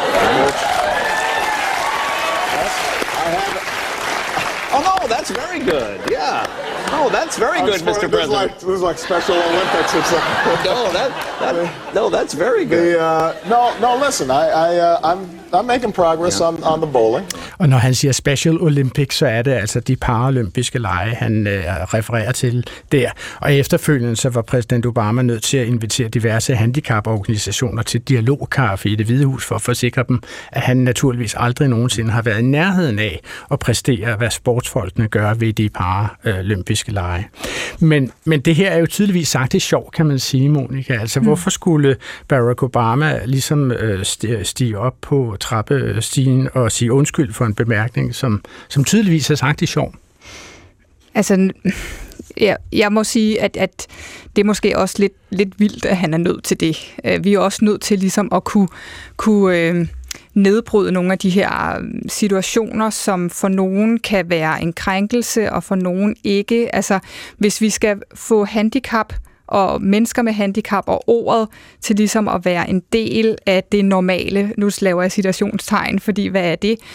Oh no, that's very good. Yeah. Oh, that's very good, Mr. President. This is like Special Olympics or something. No, that's very good. Listen, I'm making progress on the bowling. Og når han siger Special Olympics, så er det altså de paralympiske lege, han refererer til der. Og efterfølgende så var præsident Obama nødt til at invitere diverse handicaporganisationer til dialogkaffe i Det Hvide Hus for at forsikre dem, at han naturligvis aldrig nogensinde har været i nærheden af at præstere, hvad sportsfolkene gør ved de paralympiske lege. Men det her er jo tydeligvis sagt i sjov, kan man sige, Monika. Altså, hvorfor skulle Barack Obama ligesom stige op på trappestigen og sige undskyld for en bemærkning, som tydeligvis er sagt i sjov? Altså, jeg må sige, at det er måske også lidt vildt, at han er nødt til det. Vi er også nødt til ligesom at kunne nedbryde nogle af de her situationer, som for nogen kan være en krænkelse, og for nogen ikke. Altså, hvis vi skal få handicap og mennesker med handicap og ordet til ligesom at være en del af det normale, nu laver jeg citationstegn, fordi hvad er det?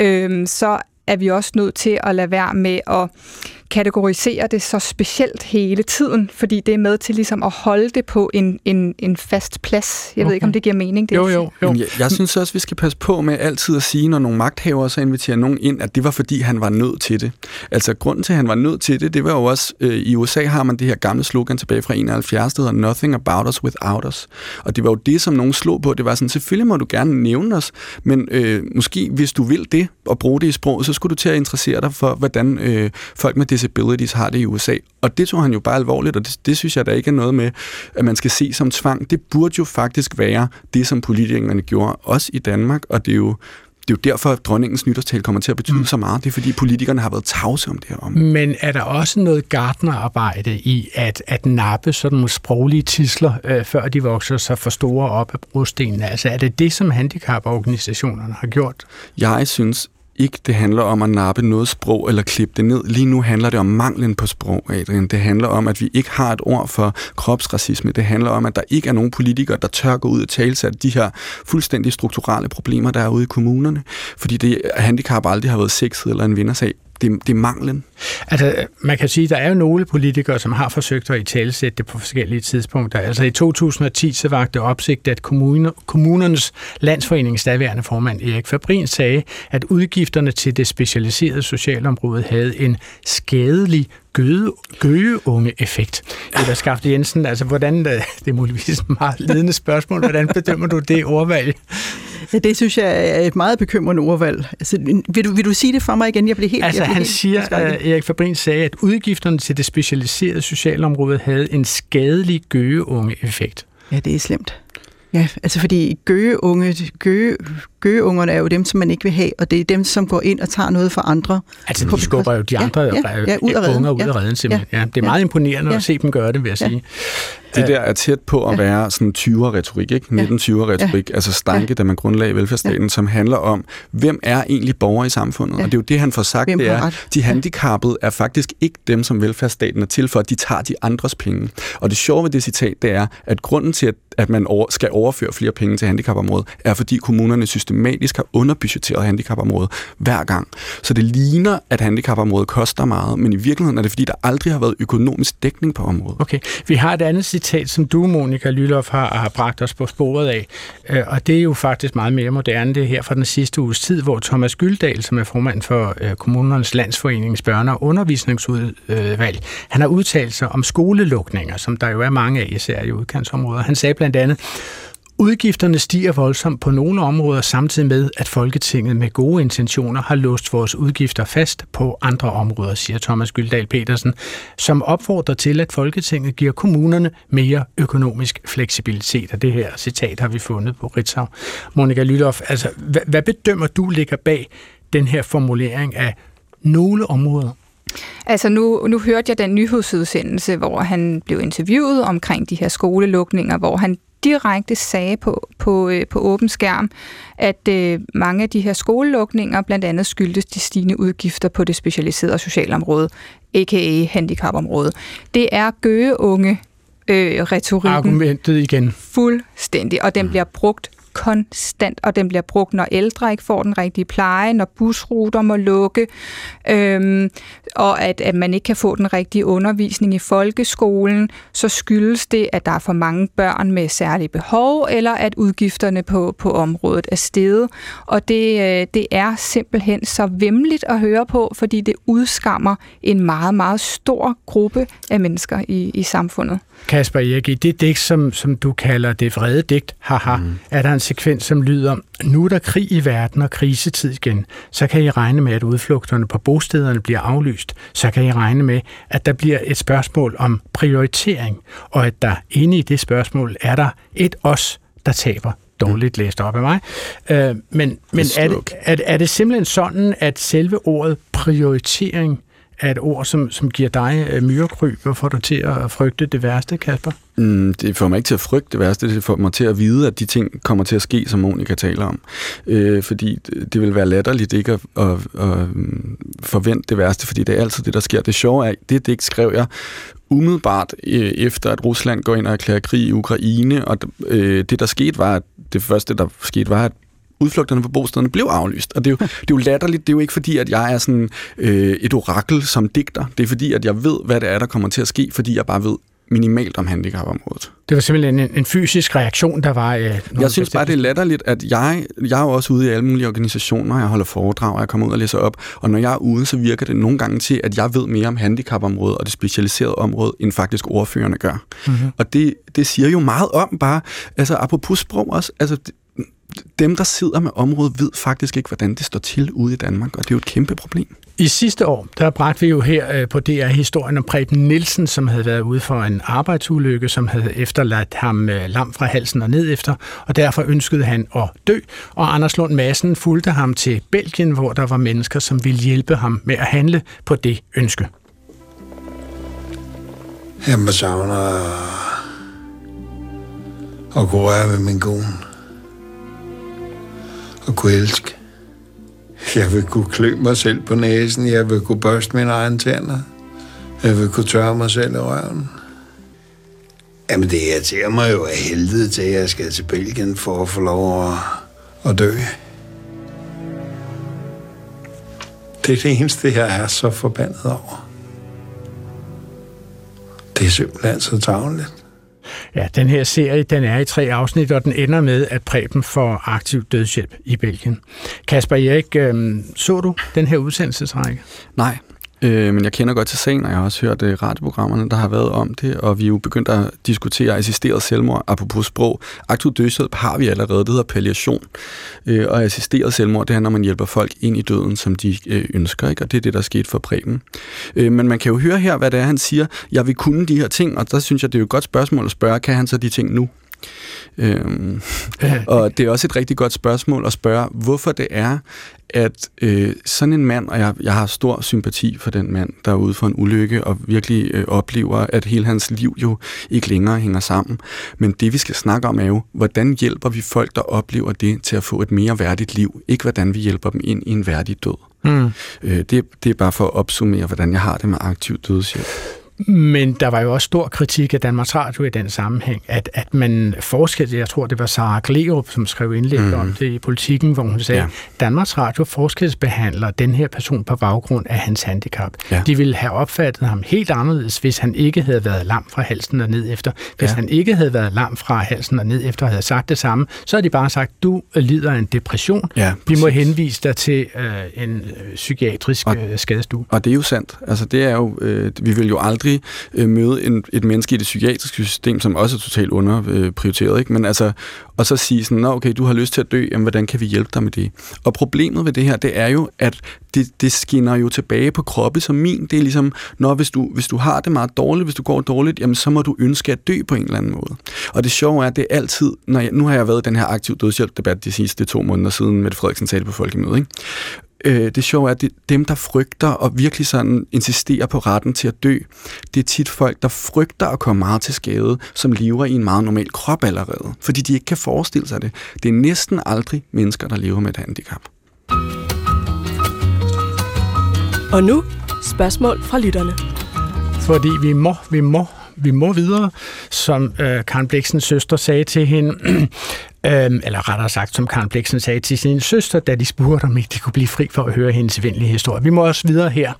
Så er vi også nødt til at lade være med at kategorisere det så specielt hele tiden, fordi det er med til ligesom at holde det på en fast plads. Jeg ved ikke, om det giver mening. Det jo. Jeg synes også, vi skal passe på med altid at sige, når nogle magthavere så inviterer nogen ind, at det var fordi, han var nødt til det. Altså, grunden til, at han var nødt til det, det var jo også, i USA har man det her gamle slogan tilbage fra 71, der hedder Nothing about us without us. Og det var jo det, som nogen slog på. Det var sådan, selvfølgelig må du gerne nævne os, men måske, hvis du vil det, og bruge det i sproget, så skulle du til at interessere dig for, hvordan folk med disabilities har det i USA. Og det tog han jo bare alvorligt, og det synes jeg, der ikke er noget med, at man skal se som tvang. Det burde jo faktisk være det, som politikerne gjorde, også i Danmark, og det er jo derfor, at dronningens nytårstale kommer til at betyde så meget. Det er, fordi politikerne har været tavse om det her område. Men er der også noget gartnerarbejde i at nappe sådan nogle sproglige tidsler, før de vokser sig for store op af brostenene? Altså, er det, som handicaporganisationerne har gjort? Jeg synes ikke, det handler om at nappe noget sprog eller klippe det ned. Lige nu handler det om manglen på sprog, Adrian. Det handler om, at vi ikke har et ord for kropsracisme. Det handler om, at der ikke er nogen politikere, der tør gå ud og talesætte de her fuldstændig strukturelle problemer, der er ude i kommunerne. Fordi det handicap aldrig har været sexet eller en vindersag. Det er manglen. Altså, man kan sige, at der er jo nogle politikere, som har forsøgt at italesætte det på forskellige tidspunkter. Altså i 2010, så var det opsigt, at kommunernes landsforenings daværende formand Erik Fabrin sagde, at udgifterne til det specialiserede socialområde havde en skadelig gøgeunge-effekt. Eva Skafte Jensen, altså hvordan, det er muligvis et meget ledende spørgsmål, hvordan bedømmer du det ordvalg? Det synes jeg er et meget bekymrende ordvalg. Altså, vil du sige det for mig igen? Jeg bliver helt... Altså han siger, Erik Fabrin sagde, at udgifterne til det specialiserede socialområde havde en skadelig gøgeunge-effekt. Ja, det er slemt. Ja, altså fordi gøgeungerne er jo dem, som man ikke vil have, og det er dem, som går ind og tager noget for andre. Altså, de skubber jo de andre unger ud af redden, simpelthen. Ja, det er meget imponerende at se dem gøre det, vil jeg sige. Det der er tæt på at være sådan 20'er-retorik, ikke? 1920'er-retorik, altså Stanke, da man grundlagde velfærdsstaten, som handler om, hvem er egentlig borgere i samfundet? Og det er jo det, han får sagt, det er, de handicappede er faktisk ikke dem, som velfærdsstaten er til for, at de tager de andres penge. Og det sjove ved det citat, det er, at grunden til, at man skal overføre flere penge til handicapområdet, er fordi kommunerne systematisk har underbudgetteret handicapområdet hver gang. Så det ligner, at handicapområdet koster meget, men i virkeligheden er det, fordi der aldrig har været økonomisk dækning på området. Okay, vi har et andet citat, som du, Monica Lylloff, har bragt os på sporet af, og det er jo faktisk meget mere moderne, det her fra den sidste uges tid, hvor Thomas Gyldal, som er formand for Kommunernes Landsforenings Børne- og Undervisningsudvalg, han har udtalt sig om skolelukninger, som der jo er mange af, især i udkantsområder. Han sagde blandt andet, udgifterne stiger voldsomt på nogle områder, samtidig med, at Folketinget med gode intentioner har låst vores udgifter fast på andre områder, siger Thomas Gyldal Petersen, som opfordrer til, at Folketinget giver kommunerne mere økonomisk fleksibilitet. Og det her citat har vi fundet på Ritzau. Monica Lylloff, altså, hvad bedømmer du ligger bag den her formulering af nogle områder? Altså nu hørte jeg den nyhedsudsendelse, hvor han blev interviewet omkring de her skolelukninger, hvor han direkte sagde på åben skærm, at mange af de her skolelukninger blandt andet skyldtes de stigende udgifter på det specialiserede socialområde, a.k.a. handicapområdet. Det er gøgeunge-retorikken. Argumentet igen. Fuldstændig, og den bliver brugt konstant, og den bliver brugt, når ældre ikke får den rigtige pleje, når busruter må lukke, og at man ikke kan få den rigtige undervisning i folkeskolen, så skyldes det, at der er for mange børn med særlige behov, eller at udgifterne på området er steget. Og det er simpelthen så væmmeligt at høre på, fordi det udskammer en meget, meget stor gruppe af mennesker i samfundet. Kasper Erik, i det digt, som du kalder det vrede digt, er der en sekvens, som lyder, nu er der krig i verden og krisetid igen, så kan I regne med, at udflugterne på bostederne bliver aflyst, så kan I regne med, at der bliver et spørgsmål om prioritering, og at der inde i det spørgsmål er der et os, der taber. Dårligt læst op af mig. Men er det simpelthen sådan, at selve ordet prioritering er et ord, som giver dig myrekryb og får dig til at frygte det værste, Kasper? Det får mig ikke til at frygte det værste, det får mig til at vide, at de ting kommer til at ske, som Monica taler om. Fordi det vil være latterligt ikke at forvente det værste, fordi det er altid det, der sker. Det sjove er, det ikke skrev jeg umiddelbart efter, at Rusland går ind og erklærer krig i Ukraine, og det, der skete, var, at det første, der skete, var, at udflugterne på bostederne blev aflyst. Og det er jo latterligt. Det er jo ikke fordi, at jeg er sådan et orakel som digter. Det er fordi, at jeg ved, hvad det er, der kommer til at ske, fordi jeg bare ved minimalt om handicapområdet. Det var simpelthen en fysisk reaktion, der var... Jeg synes bare, det er latterligt, at jeg er jo også ude i alle mulige organisationer, jeg holder foredrag, og jeg kommer ud og læser op, og når jeg er ude, så virker det nogle gange til, at jeg ved mere om handicapområdet og det specialiserede område, end faktisk ordførerne gør. Mm-hmm. Og det siger jo meget om bare, altså apropos sprog også, altså dem, der sidder med området, ved faktisk ikke, hvordan det står til ude i Danmark, og det er jo et kæmpe problem. I sidste år, der bragte vi jo her på DR historien om Preben Nielsen, som havde været ude for en arbejdsulykke, som havde efterladt ham lam fra halsen og ned efter, og derfor ønskede han at dø. Og Anders Lund Madsen fulgte ham til Belgien, hvor der var mennesker, som ville hjælpe ham med at handle på det ønske. Jeg savner at gå røre ved min kone. Og kunne elske. Jeg vil kunne klø mig selv på næsen. Jeg vil kunne børste mine egne tænder. Jeg vil kunne tørre mig selv i røven. Jamen, det irriterer mig jo af helvede til, at jeg skal til Belgien for at få lov at dø. Det er det eneste, jeg er så forbandet over. Det er simpelthen så tarveligt. Ja, den her serie, den er i 3 afsnit, og den ender med, at Preben får aktiv dødshjælp i Belgien. Kasper Erik, så du den her udsendelsesrække? Nej, men jeg kender godt til sagen, og jeg har også hørt radioprogrammerne, der har været om det, og vi er jo begyndt at diskutere assisteret selvmord, apropos sprog. Aktiv dødshjælp har vi allerede, det hedder palliation, og assisteret selvmord, det er, når man hjælper folk ind i døden, som de ønsker, ikke? Og det er det, der er sket for Preben. Men man kan jo høre her, hvad det er, han siger. Jeg vil kunne de her ting, og der synes jeg, det er jo et godt spørgsmål at spørge, kan han så de ting nu? Og det er også et rigtig godt spørgsmål at spørge, hvorfor det er, at sådan en mand, og jeg har stor sympati for den mand, der er ude for en ulykke og virkelig oplever, at hele hans liv jo ikke længere hænger sammen. Men det, vi skal snakke om, er jo, hvordan hjælper vi folk, der oplever det, til at få et mere værdigt liv? Ikke hvordan vi hjælper dem ind i en værdig død. Det er bare for at opsummere, hvordan jeg har det med aktiv dødshjælp. Men der var jo også stor kritik af Danmarks Radio i den sammenhæng, at man forskede, jeg tror det var Sara Gleerup, som skrev indlæg om det i Politikken, hvor hun sagde, Danmarks Radio forskelsbehandler den her person på baggrund af hans handicap. Ja. De ville have opfattet ham helt anderledes, hvis han ikke havde været lam fra halsen og ned efter. Hvis han ikke havde været lam fra halsen og ned efter og havde sagt det samme, så havde de bare sagt, du lider af en depression. Ja, vi må henvise dig til en psykiatrisk skadestue. Og det er jo sandt. Altså det er jo, vi vil jo aldrig møde et menneske i det psykiatriske system, som også er totalt underprioriteret, ikke? Men altså, og så sige sådan, okay, du har lyst til at dø, jamen hvordan kan vi hjælpe dig med det? Og problemet ved det her, det er jo, at det skinner jo tilbage på kroppen som min. Det er ligesom, hvis du har det meget dårligt, hvis du går dårligt, jamen så må du ønske at dø på en eller anden måde. Og det sjove er, at det er altid, nu har jeg været i den her aktiv dødshjælp-debat de sidste 2 måneder siden, Mette Frederiksen talte på Folkemødet, ikke? Det sjove er, at dem, der frygter og virkelig sådan insisterer på retten til at dø, det er tit folk, der frygter at komme meget til skade, som lever i en meget normal krop allerede, fordi de ikke kan forestille sig det. Det er næsten aldrig mennesker, der lever med et handicap. Og nu spørgsmål fra lytterne. Fordi vi må videre, som Karen Blixens søster sagde til hende, eller rettere sagt, som Karen Blixen sagde til sin søster, da de spurgte, om ikke de kunne blive fri for at høre hendes venlige historie. Vi må også videre her.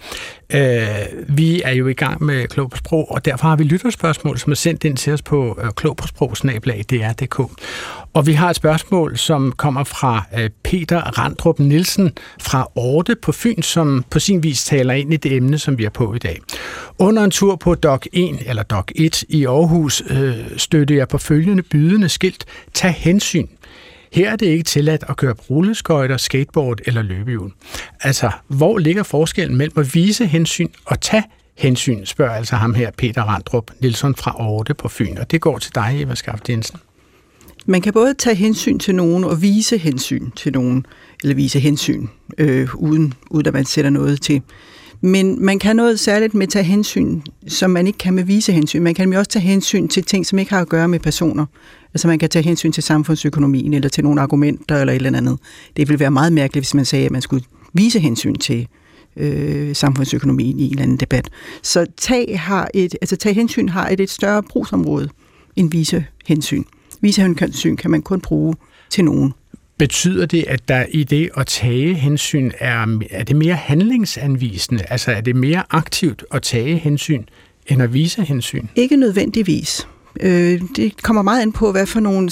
Vi er jo i gang med Klog på Sprog, og derfor har vi lytterspørgsmål, som er sendt ind til os på klogpåsprog@dr.dk. Og vi har et spørgsmål, som kommer fra Peter Randrup Nielsen fra Orte på Fyn, som på sin vis taler ind i det emne, som vi er på i dag. Under en tur på Dock 1 eller Dock 1 i Aarhus stødte jeg på følgende bydende skilt: tag hensyn. Her er det ikke tilladt at køre rulleskøjter, skateboard eller løbehjul. Altså, hvor ligger forskellen mellem at vise hensyn og tage hensyn, spørger altså ham her, Peter Randrup Nielsen fra Orte på Fyn. Og det går til dig, Eva Skafte Jensen. Man kan både tage hensyn til nogen og vise hensyn til nogen, eller vise hensyn, uden at man sætter noget til. Men man kan noget særligt med tage hensyn, som man ikke kan med vise hensyn. Man kan også tage hensyn til ting, som ikke har at gøre med personer. Altså man kan tage hensyn til samfundsøkonomien, eller til nogle argumenter, eller et eller andet. Det ville være meget mærkeligt, hvis man sagde, at man skulle vise hensyn til samfundsøkonomien i en eller anden debat. Så tage hensyn har et større brugsområde end vise hensyn. Vise hensyn kan man kun bruge til nogen. Betyder det, at der i det at tage hensyn er det mere handlingsanvisende? Altså er det mere aktivt at tage hensyn end at vise hensyn? Ikke nødvendigvis. Det kommer meget an på, hvad for nogle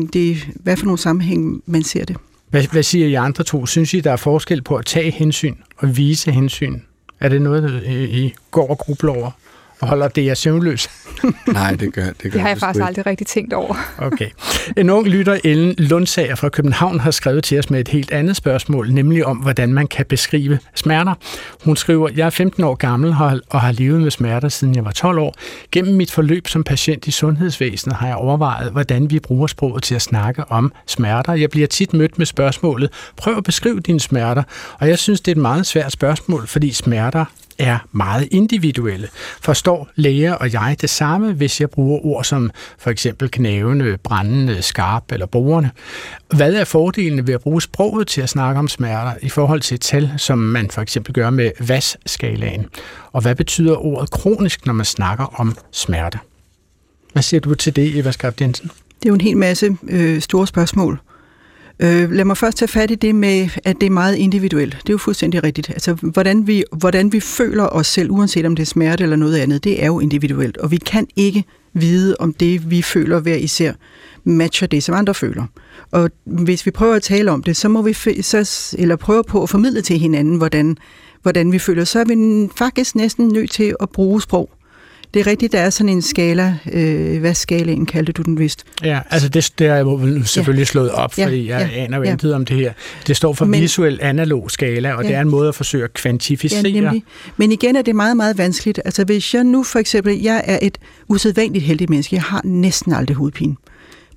sammenhæng man ser det. Hvad siger I andre to? Synes I, der er forskel på at tage hensyn og vise hensyn? Er det noget, I går og grubler over? Og holder det jer søvnløs? Nej, det gør det har jeg faktisk aldrig rigtig tænkt over. Okay. En ung lytter, Ellen Lundsager fra København, har skrevet til os med et helt andet spørgsmål, nemlig om, hvordan man kan beskrive smerter. Hun skriver, jeg er 15 år gammel og har levet med smerter, siden jeg var 12 år. Gennem mit forløb som patient i sundhedsvæsenet har jeg overvejet, hvordan vi bruger sproget til at snakke om smerter. Jeg bliver tit mødt med spørgsmålet, prøv at beskrive dine smerter. Og jeg synes, det er et meget svært spørgsmål, fordi smerter er meget individuelle. Forstår læger og jeg det samme, hvis jeg bruger ord som for eksempel knævende, brændende, skarp eller borende? Hvad er fordelene ved at bruge sproget til at snakke om smerter i forhold til et tal, som man for eksempel gør med VAS-skalaen? Og hvad betyder ordet kronisk, når man snakker om smerte? Hvad siger du til det, Eva Skafte Jensen? Det er jo en hel masse store spørgsmål. Lad mig først tage fat i det med, at det er meget individuelt. Det er jo fuldstændig rigtigt. Altså, hvordan vi føler os selv, uanset om det er smerte eller noget andet, det er jo individuelt. Og vi kan ikke vide, om det, vi føler hver især, matcher det, som andre føler. Og hvis vi prøver at tale om det, så må vi eller prøve på at formidle til hinanden, hvordan vi føler, så er vi faktisk næsten nødt til at bruge sprog. Det er rigtigt, der er sådan en skala. Hvad skalaen kaldte du den vist? Ja, altså det er jo selvfølgelig slået op, fordi jeg aner jo intet om det her. Det står for visuel analog skala, og det er en måde at forsøge at kvantificere. Ja, men igen er det meget, meget vanskeligt. Altså hvis jeg nu for eksempel, jeg er et usædvanligt heldigt menneske, jeg har næsten aldrig hovedpine.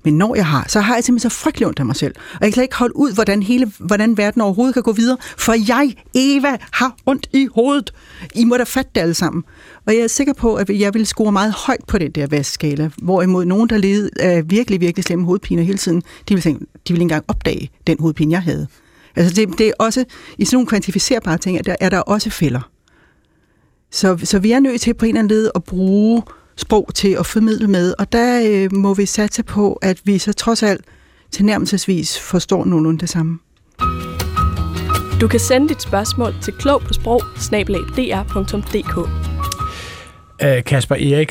Men når jeg har, så har jeg simpelthen så frygtelig ondt af mig selv. Og jeg kan ikke holde ud, hvordan verden overhovedet kan gå videre. For jeg, Eva, har ondt i hovedet. I må da fatte det alle sammen. Og jeg er sikker på, at jeg ville score meget højt på den der VAS-skala. Hvorimod nogen, der led af virkelig, virkelig slemme hovedpiner hele tiden, de ville ikke engang opdage den hovedpine, jeg havde. Altså det er også, i sådan nogle kvantificerbare ting, er der også fælder. Så vi er nødt til på en eller anden led at bruge sprog til at formidle med, og der må vi satse på, at vi så trods alt tilnærmelsesvis forstår nogenlunde det samme. Du kan sende dit spørgsmål til klogpåsprog@dr.dk. Kasper Erik,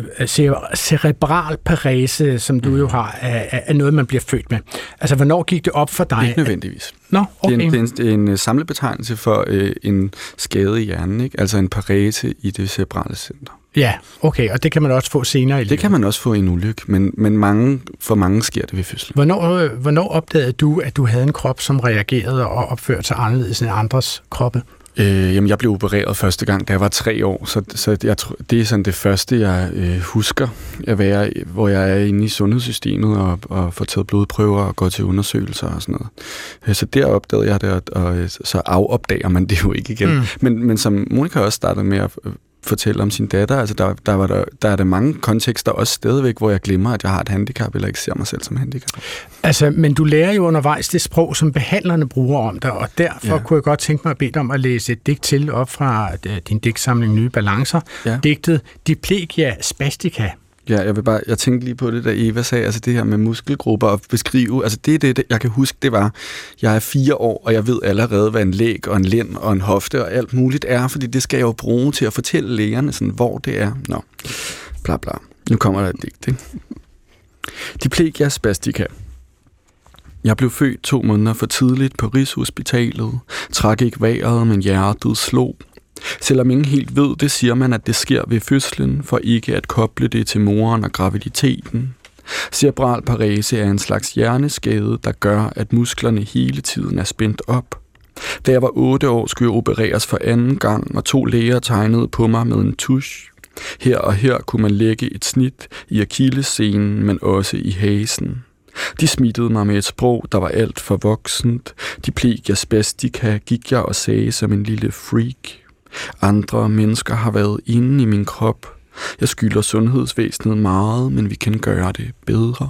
cerebral parese, som du jo har, er noget, man bliver født med. Altså, hvornår gik det op for dig? Ikke nødvendigvis. Nå, okay. Det er en samlebetegnelse for en skade i hjernen, ikke? Altså en parese i det cerebrale center. Ja, okay, og det kan man også få senere i livet. Det kan man også få i en ulykke, men for mange sker det ved fødslen. Hvornår opdagede du, at du havde en krop, som reagerede og opførte sig anderledes end andres kroppe? Jamen, jeg blev opereret første gang, da jeg var 3 år, så jeg tror, det er sådan det første, jeg husker at være, hvor jeg er inde i sundhedssystemet og får taget blodprøver og går til undersøgelser og sådan noget. Så der opdagede jeg det, og så afopdager man det jo ikke igen. Men som Monika også startede med at fortælle om sin datter, altså der er der mange kontekster også stadigvæk, hvor jeg glemmer, at jeg har et handicap, eller ikke ser mig selv som handicap. Altså, men du lærer jo undervejs det sprog, som behandlerne bruger om dig, og derfor kunne jeg godt tænke mig at bede dig om at læse et digt til op fra din digtsamling Nye Balancer. Ja. Digtet Diplegia Spastica. Ja, jeg tænkte lige på det, da Eva sagde, altså det her med muskelgrupper og beskrive, altså det, jeg kan huske, det var, jeg er 4 år, og jeg ved allerede, hvad en læg og en lænd og en hofte og alt muligt er, fordi det skal jeg jo bruge til at fortælle lægerne, sådan, hvor det er. Nå, bla bla. Nu kommer der et digt, ikke? Diplegia Spastica. Jeg blev født 2 måneder for tidligt på Rigshospitalet, trak ikke vejret, men hjertet slog. Selvom ingen helt ved det, siger man, at det sker ved fødslen, for ikke at koble det til moren og graviditeten. Cerebral parese er en slags hjerneskade, der gør, at musklerne hele tiden er spændt op. Da jeg var 8 år, skulle jeg opereres for 2. gang, og 2 læger tegnede på mig med en tusch. Her og her kunne man lægge et snit i akillessenen, men også i hasen. De smittede mig med et sprog, der var alt for voksent. Diplegia spastica gik jeg og sagde som en lille freak. Andre mennesker har været inde i min krop. Jeg skylder sundhedsvæsenet meget, men vi kan gøre det bedre.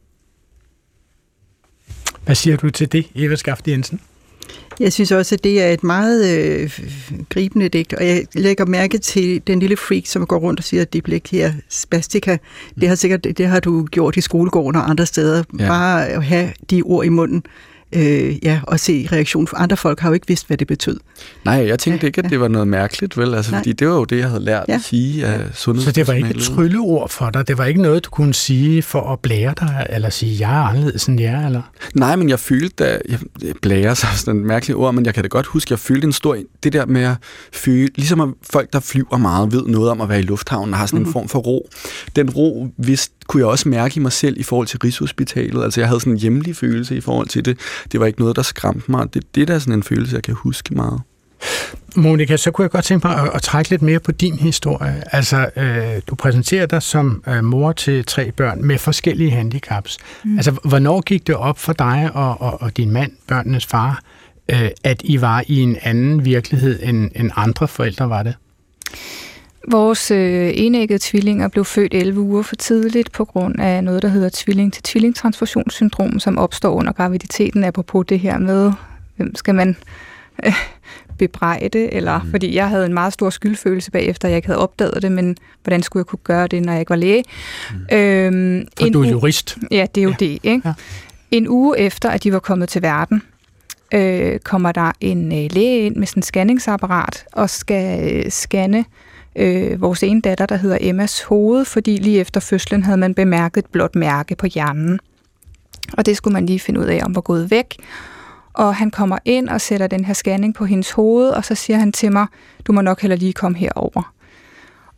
Hvad siger du til det, Eva Skafte Jensen? Jeg synes også, at det er et meget gribende digt, og jeg lægger mærke til den lille freak, som går rundt og siger, at diplegia spastica. Det har du gjort i skolegården og andre steder. Ja. Bare at have de ord i munden. Og se reaktionen, for andre folk har jo ikke vidst, hvad det betød. Nej, jeg tænkte ikke, at det var noget mærkeligt, vel? Altså, fordi det var jo det, jeg havde lært at sige af sundhedspersonalet. Så det var ikke et trylleord for dig? Det var ikke noget, du kunne sige for at blære dig, eller sige, jeg er anderledes end jer, eller? Nej, men jeg følte, at jeg blærer sig sådan et mærkeligt ord, men jeg kan da godt huske, at jeg følte en stor, det der med at føle, ligesom at folk, der flyver meget, ved noget om at være i lufthavnen, og har sådan en form for ro. Den ro kunne jeg også mærke i mig selv i forhold til Rigshospitalet. Altså, jeg havde sådan en hjemlig følelse i forhold til det. Det var ikke noget, der skræmte mig. Det er sådan en følelse, jeg kan huske meget. Monika, så kunne jeg godt tænke mig at trække lidt mere på din historie. Altså, du præsenterer dig som mor til 3 børn med forskellige handicaps. Altså, hvornår gik det op for dig og din mand, børnenes far, at I var i en anden virkelighed, end andre forældre var det? Vores enæggede tvillinger blev født 11 uger for tidligt på grund af noget, der hedder tvilling-til-tvilling-transfusionssyndrom, som opstår under graviditeten, apropos det her med, hvem skal man bebrejde, eller fordi jeg havde en meget stor skyldfølelse bagefter, jeg ikke havde opdaget det, men hvordan skulle jeg kunne gøre det, når jeg ikke var læge? For du er jurist. Ja, det er jo det, ikke? Ja. En uge efter, at de var kommet til verden, kommer der en læge ind med sådan en scanningsapparat og skal scanne vores ene datter, der hedder Emmas hoved, fordi lige efter fødslen havde man bemærket et blåt mærke på hjernen. Og det skulle man lige finde ud af, om var gået væk. Og han kommer ind og sætter den her scanning på hendes hoved, og så siger han til mig, du må nok heller lige komme herover.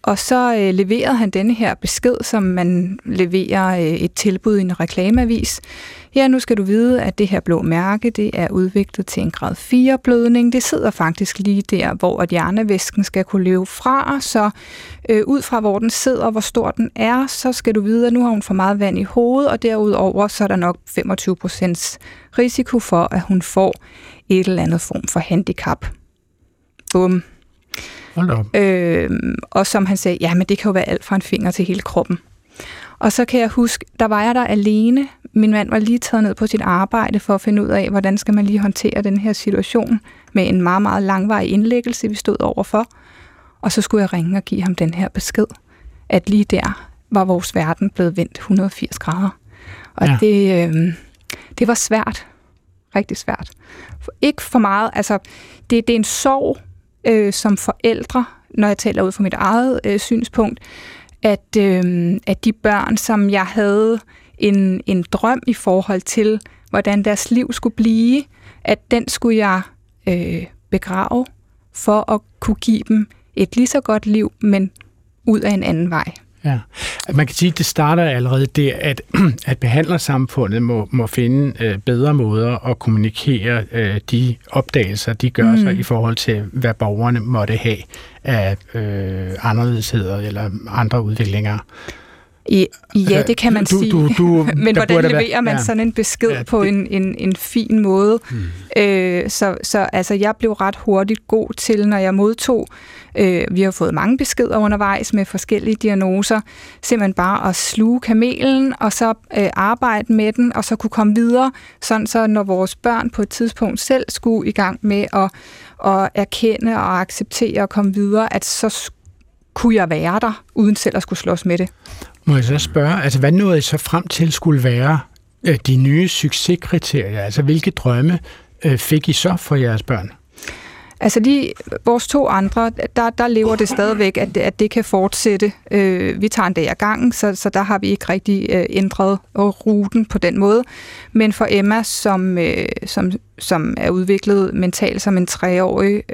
Og så leverede han denne her besked, som man leverer et tilbud i en reklameavis. Ja, nu skal du vide, at det her blå mærke, det er udviklet til en grad 4 blødning. Det sidder faktisk lige der, hvor hjernevæsken skal kunne løbe fra. Så ud fra, hvor den sidder, hvor stor den er, så skal du vide, at nu har hun for meget vand i hovedet, og derudover så er der nok 25% risiko for, at hun får et eller andet form for handicap. Bum. Og som han sagde, ja, men det kan jo være alt fra en finger til hele kroppen. Og så kan jeg huske, der var jeg der alene. Min mand var lige taget ned på sit arbejde for at finde ud af, hvordan skal man lige håndtere den her situation med en meget, meget langvarig indlæggelse, vi stod overfor. Og så skulle jeg ringe og give ham den her besked, at lige der var vores verden blevet vendt 180 grader. Og det var svært. Rigtig svært. Ikke for meget. Altså, det er en sorg som forældre, når jeg taler ud fra mit eget synspunkt, at de børn, som jeg havde en drøm i forhold til, hvordan deres liv skulle blive, at den skulle jeg begrave for at kunne give dem et lige så godt liv, men ud af en anden vej. Ja, man kan sige, at det starter allerede der, at behandlersamfundet må finde bedre måder at kommunikere de opdagelser, de gør sig i forhold til, hvad borgerne måtte have af anderledesheder eller andre udviklinger. Ja, det kan man sige. Men hvordan leverer man sådan en besked på en fin måde? Så altså, jeg blev ret hurtigt god til, når jeg modtog. Vi har fået mange beskeder undervejs med forskellige diagnoser. Simpelthen bare at sluge kamelen, og så arbejde med den, og så kunne komme videre. Sådan så, når vores børn på et tidspunkt selv skulle i gang med at erkende og acceptere og komme videre, at så kunne jeg være der, uden selv at skulle slås med det. Må jeg så spørge, altså hvad nåede I så frem til skulle være de nye succeskriterier? Altså hvilke drømme fik I så for jeres børn? Altså vores 2 andre, der lever det stadigvæk, at det kan fortsætte. Vi tager en dag ad gangen, så der har vi ikke rigtig ændret ruten på den måde. Men for Emma, som er udviklet mentalt som en 3-årig,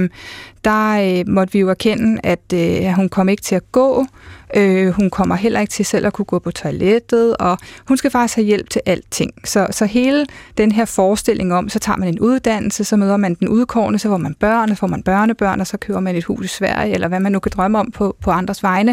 der måtte vi jo erkende, at hun kom ikke til at gå. Hun kommer heller ikke til selv at kunne gå på toilettet, og hun skal faktisk have hjælp til alting. Så hele den her forestilling om, så tager man en uddannelse, så møder man den udkårne, så får man børn, så får man børnebørn, og så køber man et hus i Sverige, eller hvad man nu kan drømme om på andres vegne.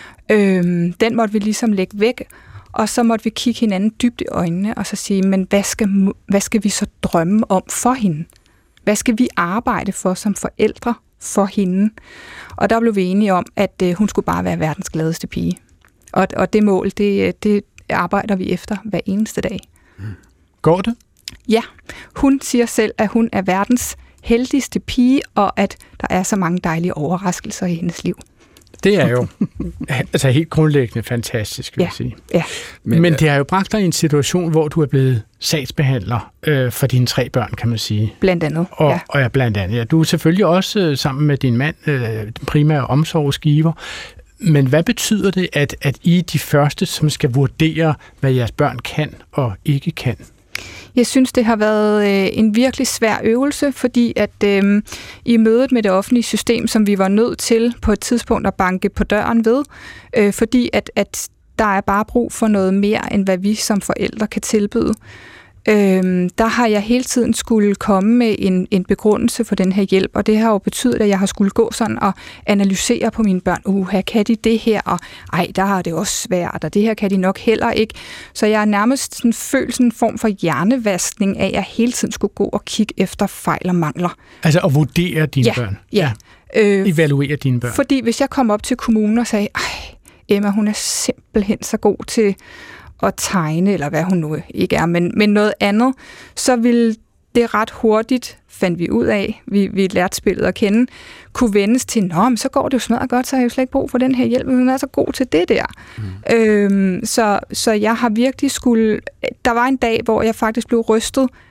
Den måtte vi ligesom lægge væk, og så måtte vi kigge hinanden dybt i øjnene, og så sige, men hvad skal vi så drømme om for hende? Hvad skal vi arbejde for som forældre for hende? Og der blev vi enige om, at hun skulle bare være verdens gladeste pige. Og det mål, det arbejder vi efter hver eneste dag. Går det? Ja. Hun siger selv, at hun er verdens heldigste pige, og at der er så mange dejlige overraskelser i hendes liv. Det er jo altså helt grundlæggende fantastisk, vil jeg sige. Ja. Men det har jo bragt dig i en situation, hvor du er blevet sagsbehandler for dine 3 børn, kan man sige. Blandt andet, Og blandt andet. Ja. Du er selvfølgelig også sammen med din mand primære omsorgsgiver. Men hvad betyder det, at I er de første, som skal vurdere, hvad jeres børn kan og ikke kan? Jeg synes, det har været en virkelig svær øvelse, fordi at i mødet med det offentlige system, som vi var nødt til på et tidspunkt at banke på døren ved, fordi at der er bare brug for noget mere, end hvad vi som forældre kan tilbyde. Der har jeg hele tiden skulle komme med en begrundelse for den her hjælp, og det har jo betydet, at jeg har skulle gå sådan og analysere på mine børn. Her kan de det her, og der har det også svært, og det her kan de nok heller ikke. Så jeg har nærmest sådan følt sådan en form for hjernevaskning af, at jeg hele tiden skulle gå og kigge efter fejl og mangler. Altså at vurdere dine børn? Ja. Evaluere dine børn? Fordi hvis jeg kom op til kommunen og sagde, Emma, hun er simpelthen så god til at tegne, eller hvad hun nu ikke er, men noget andet, så ville det ret hurtigt, fandt vi ud af, vi lærte spillet at kende, kunne vendes til, så går det jo smadret godt, så har jeg jo slet ikke brug for den her hjælp, hun er så god til det der. Så jeg har virkelig der var en dag, hvor jeg faktisk blev rystet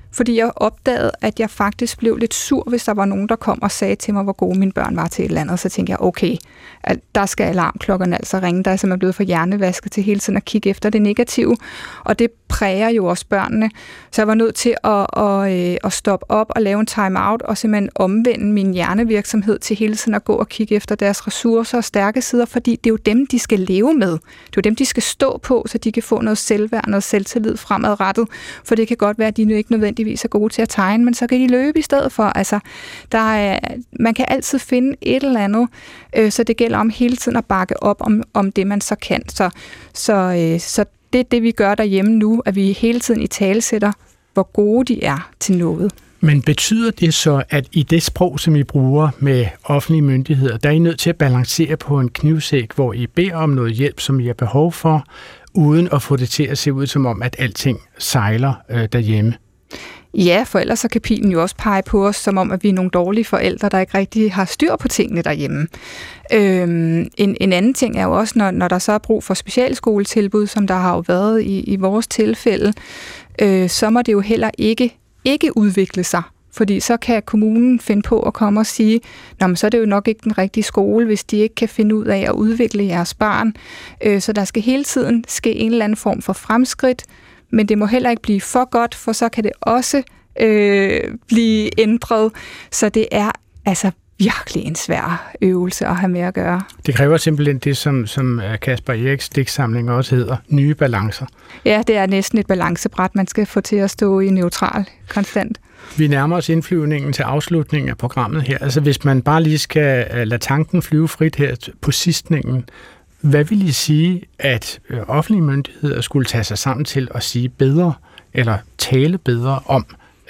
fordi jeg opdagede, at jeg faktisk blev lidt sur, hvis der var nogen, der kom og sagde til mig, hvor gode mine børn var til et eller andet. Så tænkte jeg, okay, der skal alarmklokkerne altså ringe. Der er simpelthen blevet for hjernevasket til hele tiden at kigge efter det negative. Og det præger jo også børnene. Så jeg var nødt til at stoppe op og lave en time-out og simpelthen omvende min hjernevirksomhed til hele tiden at gå og kigge efter deres ressourcer og stærke sider, fordi det er jo dem, de skal leve med. Det er jo dem, de skal stå på, så de kan få noget selvværd, noget selvtillid fremadrettet. For det kan godt være, at de ikke nødvendigvis er gode til at tegne, men så kan de løbe i stedet for. Altså, man kan altid finde et eller andet, så det gælder om hele tiden at bakke op om det, man så kan. Så det er det, vi gør derhjemme nu, at vi hele tiden italesætter, hvor gode de er til noget. Men betyder det så, at i det sprog, som I bruger med offentlige myndigheder, der er I nødt til at balancere på en knivsæg, hvor I beder om noget hjælp, som I har behov for, uden at få det til at se ud som om, at alting sejler derhjemme? Ja, for ellers så kan pilen jo også pege på os, som om, at vi er nogle dårlige forældre, der ikke rigtig har styr på tingene derhjemme. En anden ting er jo også, når der så er brug for specialskoletilbud, som der har jo været i vores tilfælde, så må det jo heller ikke udvikle sig. Fordi så kan kommunen finde på at komme og sige, men så er det jo nok ikke den rigtige skole, hvis de ikke kan finde ud af at udvikle jeres barn. Så der skal hele tiden ske en eller anden form for fremskridt, men det må heller ikke blive for godt, for så kan det også blive ændret. Så det er altså virkelig en svær øvelse at have med at gøre. Det kræver simpelthen det, som Kasper Eriks digtsamling også hedder, nye balancer. Ja, det er næsten et balancebræt, man skal få til at stå i neutral konstant. Vi nærmer os indflyvningen til afslutningen af programmet her. Altså hvis man bare lige skal lade tanken flyve frit her på sidstningen, hvad vil I sige, at offentlige myndigheder skulle tage sig sammen til at sige bedre, eller tale bedre om,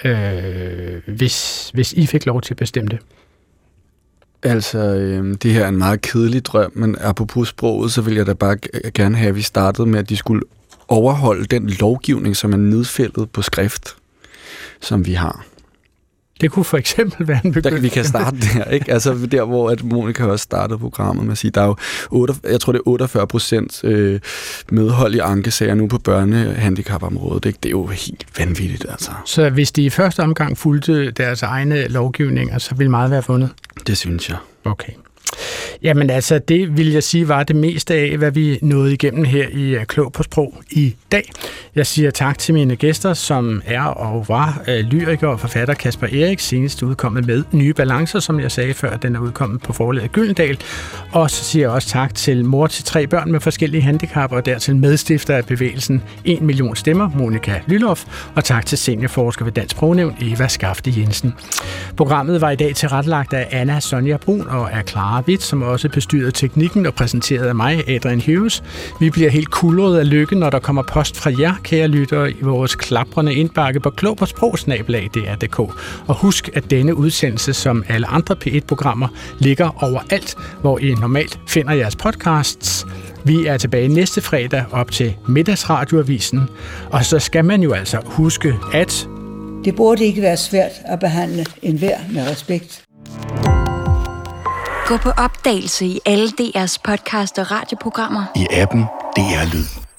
hvis I fik lov til at bestemme det? Altså, det her er en meget kedelig drøm, men apropos sproget, så vil jeg da bare gerne have, at vi startede med, at de skulle overholde den lovgivning, som er nedfældet på skrift, som vi har. Det kunne for eksempel være en begyndelse. Vi kan starte der, ikke? Altså der, hvor at Monica også startede programmet med at sige, der er jo jeg tror, det er 48% medhold i ankesager nu på børnehandicapområdet. Det er jo helt vanvittigt, altså. Så hvis de i første omgang fulgte deres egne lovgivninger, så ville meget være fundet? Det synes jeg. Okay. Jamen altså, det vil jeg sige var det meste af, hvad vi nåede igennem her i Klog på Sprog i dag. Jeg siger tak til mine gæster, som er og var lyriker og forfatter Kasper Erik, senest udkommet med Nye Balancer, som jeg sagde før, den er udkommet på forlaget Gyldendal. Og så siger jeg også tak til mor til 3 børn med forskellige handicap, og dertil medstifter af bevægelsen 1 million stemmer, Monica Lylhoff, og tak til seniorforsker ved Dansk Sprognævn, Eva Skafte Jensen. Programmet var i dag tilrettelagt af Anna Sonja Brun og af Clara Witt, som også bestyrede teknikken og præsenteret af mig, Adrian Hughes. Vi bliver helt kulret af lykke, når der kommer post fra jer, kære lyttere, i vores klaprende indbakke på klogpåsprog@dr.dk. Og husk, at denne udsendelse, som alle andre P1-programmer, ligger overalt, hvor I normalt finder jeres podcasts. Vi er tilbage næste fredag op til Middagsradioavisen, og så skal man jo altså huske, at det burde ikke være svært at behandle enhver med respekt. Gå på opdagelse i alle DR's podcast og radioprogrammer. I appen DR Lyd.